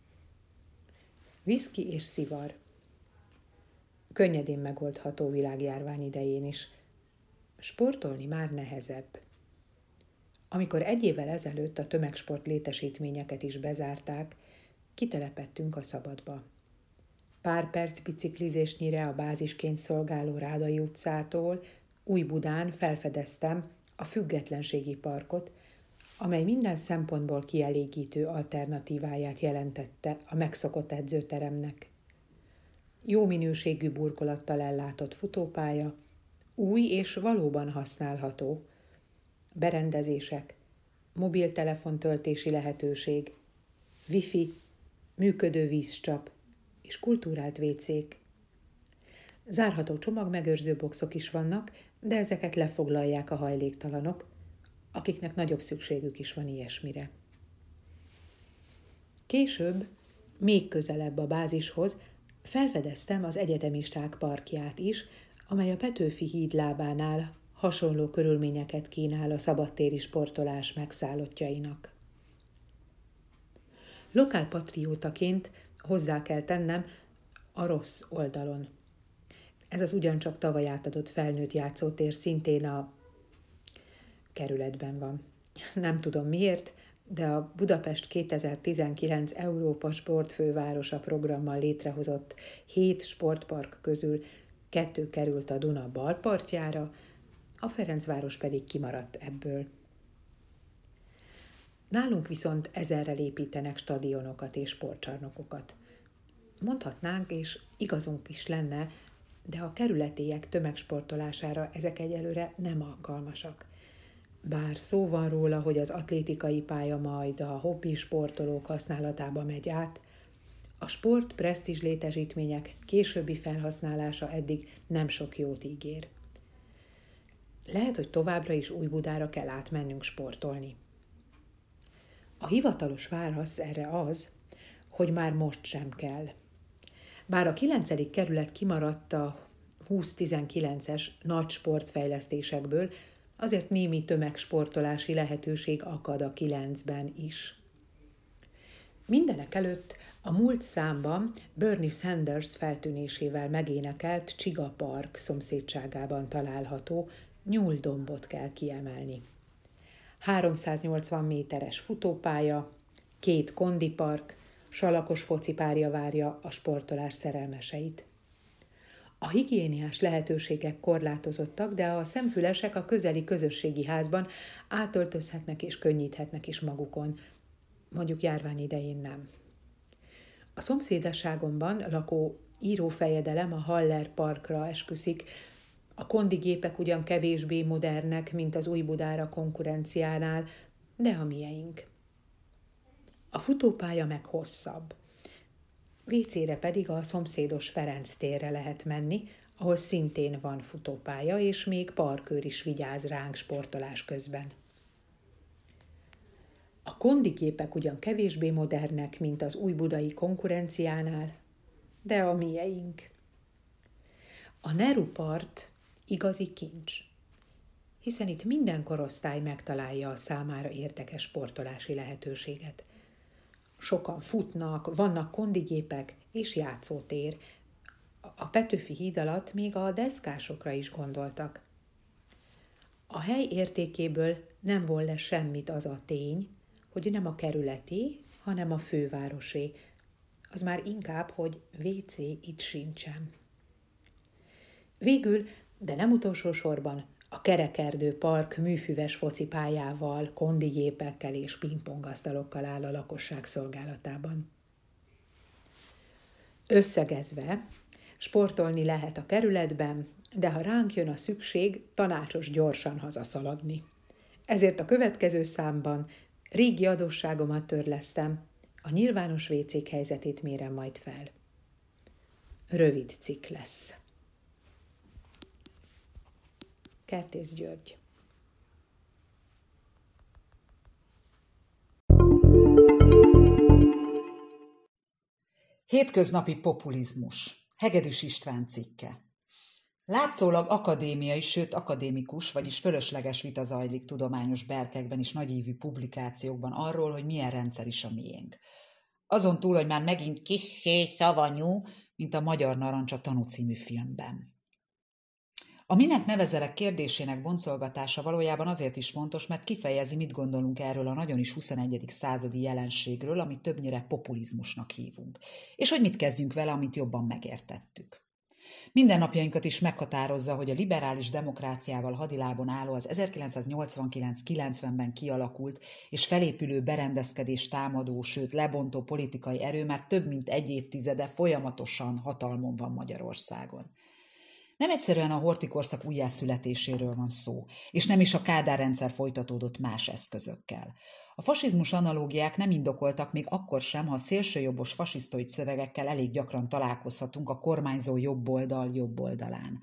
Viszki és szivar. Könnyedén megoldható világjárvány idején is. Sportolni már nehezebb. Amikor egy évvel ezelőtt a tömegsport létesítményeket is bezárták, kitelepettünk a szabadba. Pár perc biciklizésnyire a bázisként szolgáló Rádai utcától Újbudán felfedeztem a Függetlenségi Parkot, amely minden szempontból kielégítő alternatíváját jelentette a megszokott edzőteremnek. Jó minőségű burkolattal ellátott futópálya, új és valóban használható, berendezések, mobiltelefon töltési lehetőség, wifi, működő vízcsap és kultúrált vécék. Zárható csomagmegőrző boxok is vannak, de ezeket lefoglalják a hajléktalanok, akiknek nagyobb szükségük is van ilyesmire. Később, még közelebb a bázishoz, felfedeztem az egyetemisták parkját is, amely a Petőfi híd lábánál hasonló körülményeket kínál a szabadtéri sportolás megszállottjainak. Lokálpatriótaként hozzá kell tennem a rossz oldalon. Ez az ugyancsak tavaly átadott felnőtt játszótér szintén a kerületben van. Nem tudom miért, de a Budapest kétezer-tizenkilenc Európa Sportfővárosa programmal létrehozott hét sportpark közül kettő került a Duna bal partjára, a Ferencváros pedig kimaradt ebből. Nálunk viszont ezerrel építenek stadionokat és sportcsarnokokat. Mondhatnánk, és igazunk is lenne, de a kerületiek tömegsportolására ezek egyelőre nem alkalmasak. Bár szó van róla, hogy az atlétikai pálya majd a hobbi sportolók használatába megy át, a sport presztízs létesítmények későbbi felhasználása eddig nem sok jót ígér. Lehet, hogy továbbra is Újbudára kell átmennünk sportolni. A hivatalos válasz erre az, hogy már most sem kell. Bár a kilencedik kerület kimaradt a húsz tizenkilences nagy sportfejlesztésekből, azért némi tömegsportolási lehetőség akad a kilencben is. Mindenek előtt a múlt számban Bernie Sanders feltűnésével megénekelt Csiga Park szomszédságában található Nyúldombot kell kiemelni. háromszáznyolcvan méteres futópálya, két kondipark, salakos focipárja várja a sportolás szerelmeseit. A higiéniás lehetőségek korlátozottak, de a szemfülesek a közeli közösségi házban átöltözhetnek és könnyíthetnek is magukon, mondjuk járvány idején nem. A szomszédasságomban lakó írófejedelem a Haller Parkra esküszik, a kondigépek ugyan kevésbé modernek, mint az Újbudára konkurenciánál, de a mieink. A futópálya meg hosszabb. Vécére pedig a szomszédos Ferenc térre lehet menni, ahol szintén van futópálya, és még parkőr is vigyáz ránk sportolás közben. A kondigépek ugyan kevésbé modernek, mint az újbudai konkurenciánál, de a mieink. A Neru part igazi kincs, hiszen itt minden korosztály megtalálja a számára érdekes sportolási lehetőséget. Sokan futnak, vannak kondigépek és játszótér. A Petőfi híd alatt még a deszkásokra is gondoltak. A hely értékéből nem von le semmit az a tény, hogy nem a kerületi, hanem a fővárosé. Az már inkább, hogy vécé itt sincsen. Végül, de nem utolsó sorban, a Kerekerdő Park műfüves focipályával, kondigépekkel és pingpongasztalokkal áll a lakosság szolgálatában. Összegezve, sportolni lehet a kerületben, de ha ránk jön a szükség, tanácsos gyorsan hazaszaladni. Ezért a következő számban régi adósságomat törlesztem, a nyilvános vécék helyzetét mérem majd fel. Rövid cikk lesz. Kertész György. Hétköznapi populizmus. Hegedűs István cikke. Látszólag akadémiai, sőt akadémikus, vagyis fölösleges vita zajlik tudományos berkekben és nagyívű publikációkban arról, hogy milyen rendszer is a miénk. Azon túl, hogy már megint kissé savanyú, mint a Magyar Narancs a Tanú című filmben. A minek nevezelek kérdésének boncolgatása valójában azért is fontos, mert kifejezi, mit gondolunk erről a nagyon is huszonegyedik századi jelenségről, amit többnyire populizmusnak hívunk, és hogy mit kezdjünk vele, amit jobban megértettük. Mindennapjainkat is meghatározza, hogy a liberális demokráciával hadilábon álló az ezerkilencszáznyolcvankilenc-kilencvenben kialakult és felépülő berendezkedés támadó, sőt lebontó politikai erő már több mint egy évtizede folyamatosan hatalmon van Magyarországon. Nem egyszerűen a horthy-korszak újjászületéséről van szó, és nem is a Kádár-rendszer folytatódott más eszközökkel. A fasizmus analógiák nem indokoltak még akkor sem, ha a szélsőjobbos fasisztoid szövegekkel elég gyakran találkozhatunk a kormányzó jobboldal jobb oldalán.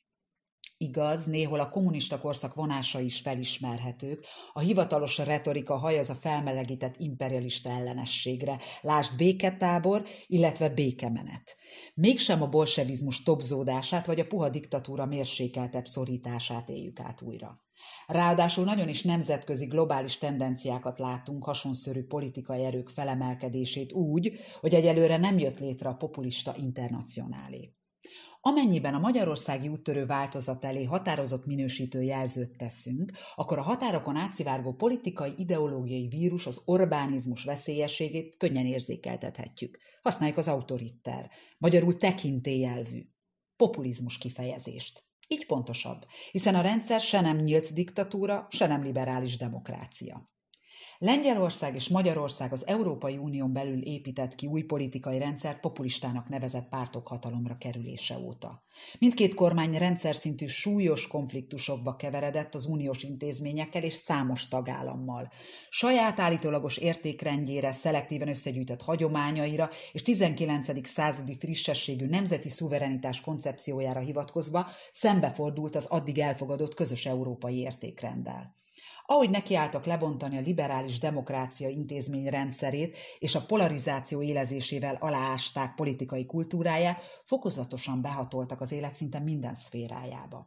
Igaz, néhol a kommunista korszak vonásai is felismerhetők, a hivatalos retorika hajaz a felmelegített imperialista ellenességre, lásd béketábor, illetve békemenet. Mégsem a bolsevizmus tobzódását vagy a puha diktatúra mérsékeltebb szorítását éljük át újra. Ráadásul nagyon is nemzetközi globális tendenciákat látunk, hasonszörű politikai erők felemelkedését úgy, hogy egyelőre nem jött létre a populista internacionálé. Amennyiben a magyarországi úttörő változat elé határozott minősítő jelzőt teszünk, akkor a határokon átszivárgó politikai, ideológiai vírus, az orbánizmus veszélyességét könnyen érzékeltethetjük. Használjuk az autoriter, magyarul tekintélyelvű, populizmus kifejezést. Így pontosabb, hiszen a rendszer se nem nyílt diktatúra, se nem liberális demokrácia. Lengyelország és Magyarország az Európai Unión belül épített ki új politikai rendszert populistának nevezett pártok hatalomra kerülése óta. Mindkét kormány rendszer szintű súlyos konfliktusokba keveredett az uniós intézményekkel és számos tagállammal. Saját állítólagos értékrendjére, szelektíven összegyűjtött hagyományaira és tizenkilencedik századi frissességű nemzeti szuverenitás koncepciójára hivatkozva szembefordult az addig elfogadott közös európai értékrenddel. Ahogy nekiálltak lebontani a liberális demokrácia intézmény rendszerét és a polarizáció élezésével aláásták politikai kultúráját, fokozatosan behatoltak az élet szinte minden szférájába.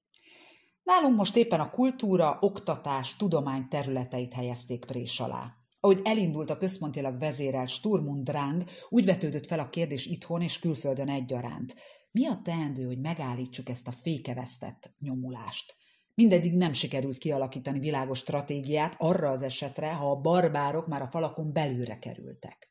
Nálunk most éppen a kultúra, oktatás, tudomány területeit helyezték prés alá. Ahogy elindult a központilag vezérelt Sturm und Drang, úgy vetődött fel a kérdés itthon és külföldön egyaránt. Mi a teendő, hogy megállítsuk ezt a fékevesztett nyomulást? Mindeddig nem sikerült kialakítani világos stratégiát arra az esetre, ha a barbárok már a falakon belülre kerültek.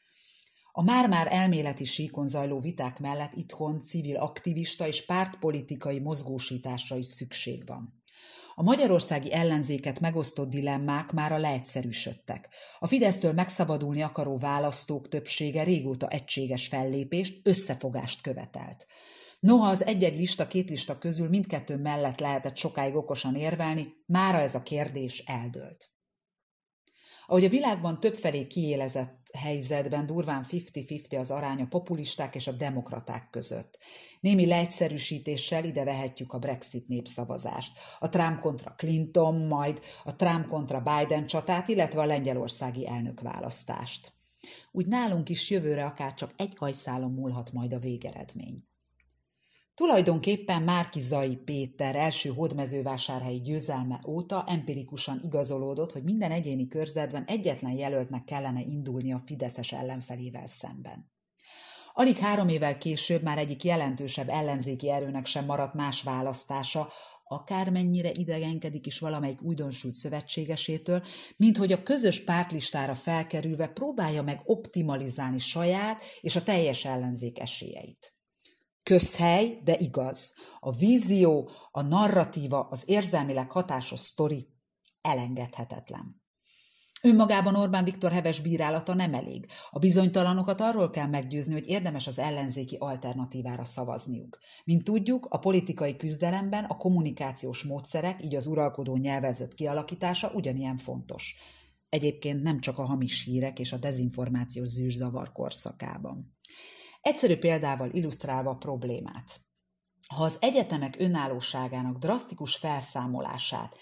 A már-már elméleti síkon zajló viták mellett itthon civil aktivista és pártpolitikai mozgósításra is szükség van. A magyarországi ellenzéket megosztó dilemmák mára leegyszerűsödtek. A Fidesztől megszabadulni akaró választók többsége régóta egységes fellépést, összefogást követelt. Noha az egy-egy lista, két lista közül mindkettő mellett lehetett sokáig okosan érvelni, mára ez a kérdés eldőlt. Ahogy a világban többfelé kiélezett helyzetben durván fifty-fifty az arány a populisták és a demokraták között. Némi leegyszerűsítéssel ide vehetjük a Brexit népszavazást, a Trump kontra Clinton, majd a Trump kontra Biden csatát, illetve a lengyelországi elnökválasztást. Úgy nálunk is jövőre akár csak egy hajszálon múlhat majd a végeredmény. Tulajdonképpen Márki-Zay Péter első hódmezővásárhelyi győzelme óta empirikusan igazolódott, hogy minden egyéni körzetben egyetlen jelöltnek kellene indulni a fideszes ellenfelével szemben. Alig három évvel később már egyik jelentősebb ellenzéki erőnek sem maradt más választása, akármennyire idegenkedik is valamelyik újdonsült szövetségesétől, mint hogy a közös pártlistára felkerülve próbálja meg optimalizálni saját és a teljes ellenzék esélyeit. Közhely, de igaz. A vízió, a narratíva, az érzelmileg hatásos sztori elengedhetetlen. Önmagában Orbán Viktor heves bírálata nem elég. A bizonytalanokat arról kell meggyőzni, hogy érdemes az ellenzéki alternatívára szavazniuk. Mint tudjuk, a politikai küzdelemben a kommunikációs módszerek, így az uralkodó nyelvezet kialakítása ugyanilyen fontos. Egyébként nem csak a hamis hírek és a dezinformációs zűrzavar korszakában. Egyszerű példával illusztrálva a problémát. Ha az egyetemek önállóságának drasztikus felszámolását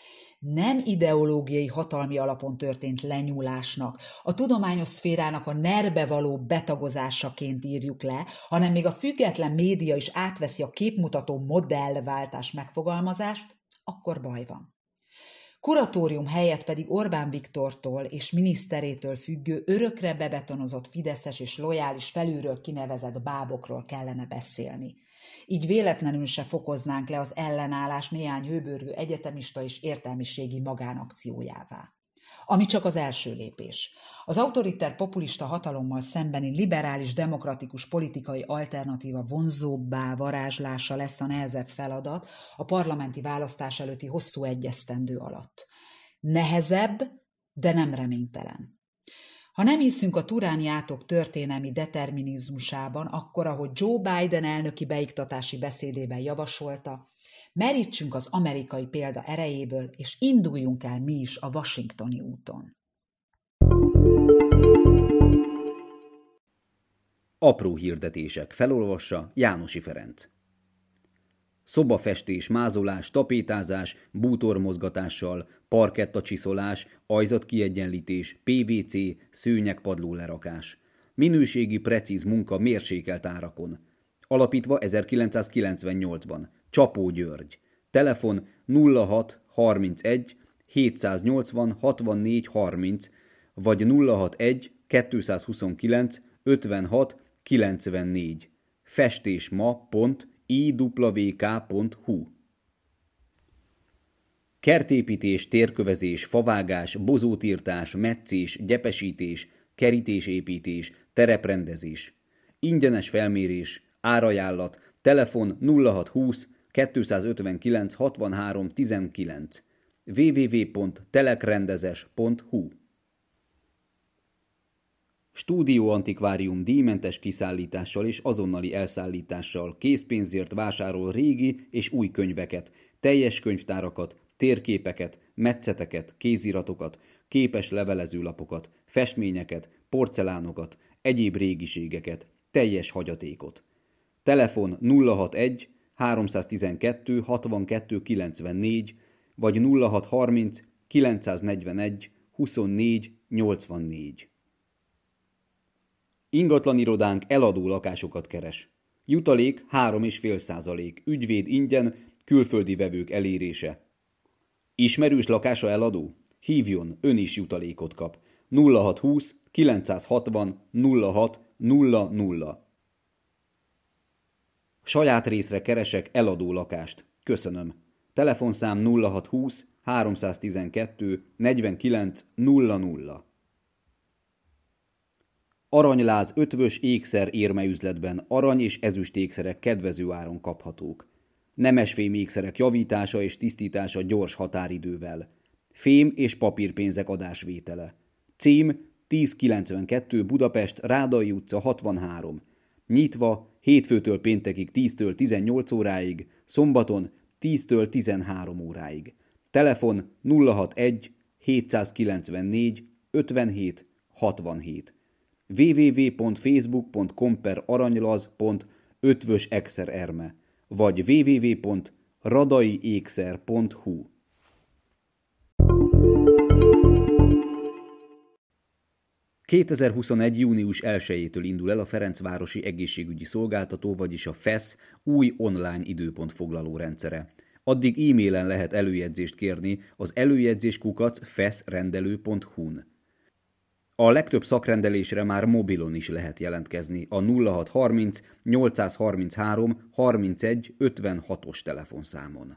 nem ideológiai hatalmi alapon történt lenyúlásnak, a tudományos szférának a nerbe való betagozásaként írjuk le, hanem még a független média is átveszi a képmutató modellváltás megfogalmazást, akkor baj van. Kuratórium helyett pedig Orbán Viktortól és miniszterétől függő, örökre bebetonozott fideszes és lojális felülről kinevezett bábokról kellene beszélni. Így véletlenül se fokoznánk le az ellenállás néhány hőbörgő egyetemista és értelmiségi magánakciójává. Ami csak az első lépés. Az autoriter populista hatalommal szembeni liberális demokratikus politikai alternatíva vonzóbbá varázslása lesz a nehezebb feladat a parlamenti választás előtti hosszú egyesztendő alatt. Nehezebb, de nem reménytelen. Ha nem hiszünk a turáni átok történelmi determinizmusában, akkor, ahogy Joe Biden elnöki beiktatási beszédében javasolta, merítsünk az amerikai példa erejéből, és induljunk el mi is a washingtoni úton. Apró hirdetések, felolvassa Jánosi Ferenc. Szobafestés, mázolás, tapétázás, bútormozgatással, parkettacsiszolás, ajzatkiegyenlítés, pé vé cé, szőnyegpadló lerakás. Minőségi, precíz munka mérsékelt árakon. Alapítva ezerkilencszázkilencvennyolcban. Csapó György. Telefon nulla hat harmincegy hétszáznyolcvan hatvannégy harminc vagy nulla hatvanegy kétszázhuszonkilenc ötvenhat kilencvennégy. festésma pont i w k pont h u. Kertépítés, térkövezés, favágás, bozótírtás, metszés, gyepesítés, kerítésépítés, tereprendezés. Ingyenes felmérés, árajánlat, telefon nulla hatszázhúsz kétszázötvenkilenc hatvanhárom tizenkilenc, w w w pont telekrendezes pont h u. Stúdió Antikvárium díjmentes kiszállítással és azonnali elszállítással készpénzért vásárol régi és új könyveket, teljes könyvtárakat, térképeket, metszeteket, kéziratokat, képes levelezőlapokat, festményeket, porcelánokat, egyéb régiségeket, teljes hagyatékot. Telefon nulla hatvanegy háromszáztizenkettő hatvankettő kilencvennégy vagy nulla hatszázharminc kilencszáznegyvenegy huszonnégy nyolcvannégy. Ingatlanirodánk eladó lakásokat keres. Jutalék három egész öt százalék, ügyvéd ingyen, külföldi vevők elérése. Ismerős lakása eladó? Hívjon, ön is jutalékot kap. nulla hatszázhúsz kilencszázhatvan nulla hat nulla nulla. Saját részre keresek eladó lakást. Köszönöm. Telefonszám nulla hatszázhúsz háromszáztizenkettő negyvenkilenc nulla nulla. Aranyláz ötvös ékszer érmeüzletben arany és ezüst ékszerek kedvező áron kaphatók. Nemesfém ékszerek javítása és tisztítása gyors határidővel. Fém és papírpénzek adásvétele. Cím tízszázkilencvenkettő Budapest, Rádai utca hatvanhárom. Nyitva hétfőtől péntekig tíztől tizennyolc óráig, szombaton tíztől tizenhárom óráig. Telefon nulla hatvanegy hétszázkilencvennégy ötvenhét hatvanhét. w w w pont facebook pont com per aranylaz pont ötvös ékszer erme vagy w w w pont radaiékszer pont h u. kétezer-huszonegy. június elsejétől indul el a Ferencvárosi Egészségügyi Szolgáltató, vagyis a fesz új online időpontfoglaló rendszere. Addig e-mailen lehet előjegyzést kérni az előjegyzés kukac feszrendelő pont h u-n. A legtöbb szakrendelésre már mobilon is lehet jelentkezni a nulla hatszázharminc nyolcszázharminchárom harmincegy ötvenhatos telefonszámon.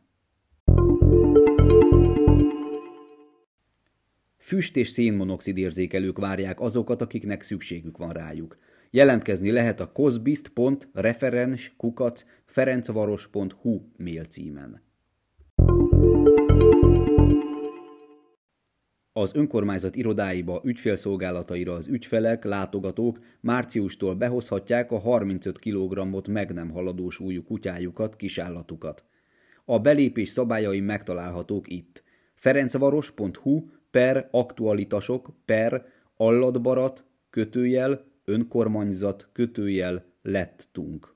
Füst- és szénmonoxid érzékelők várják azokat, akiknek szükségük van rájuk. Jelentkezni lehet a kozbiszt pont referens kukac ferencvaros pont h u mail címen. Az önkormányzat irodáiba, ügyfélszolgálataira az ügyfelek, látogatók márciustól behozhatják a harmincöt kilogrammot meg nem haladó súlyú kutyájukat, kisállatukat. A belépés szabályai megtalálhatók itt. ferencvaros pont h u per aktualitasok per allatbarat kötőjel önkormányzat kötőjel lettunk.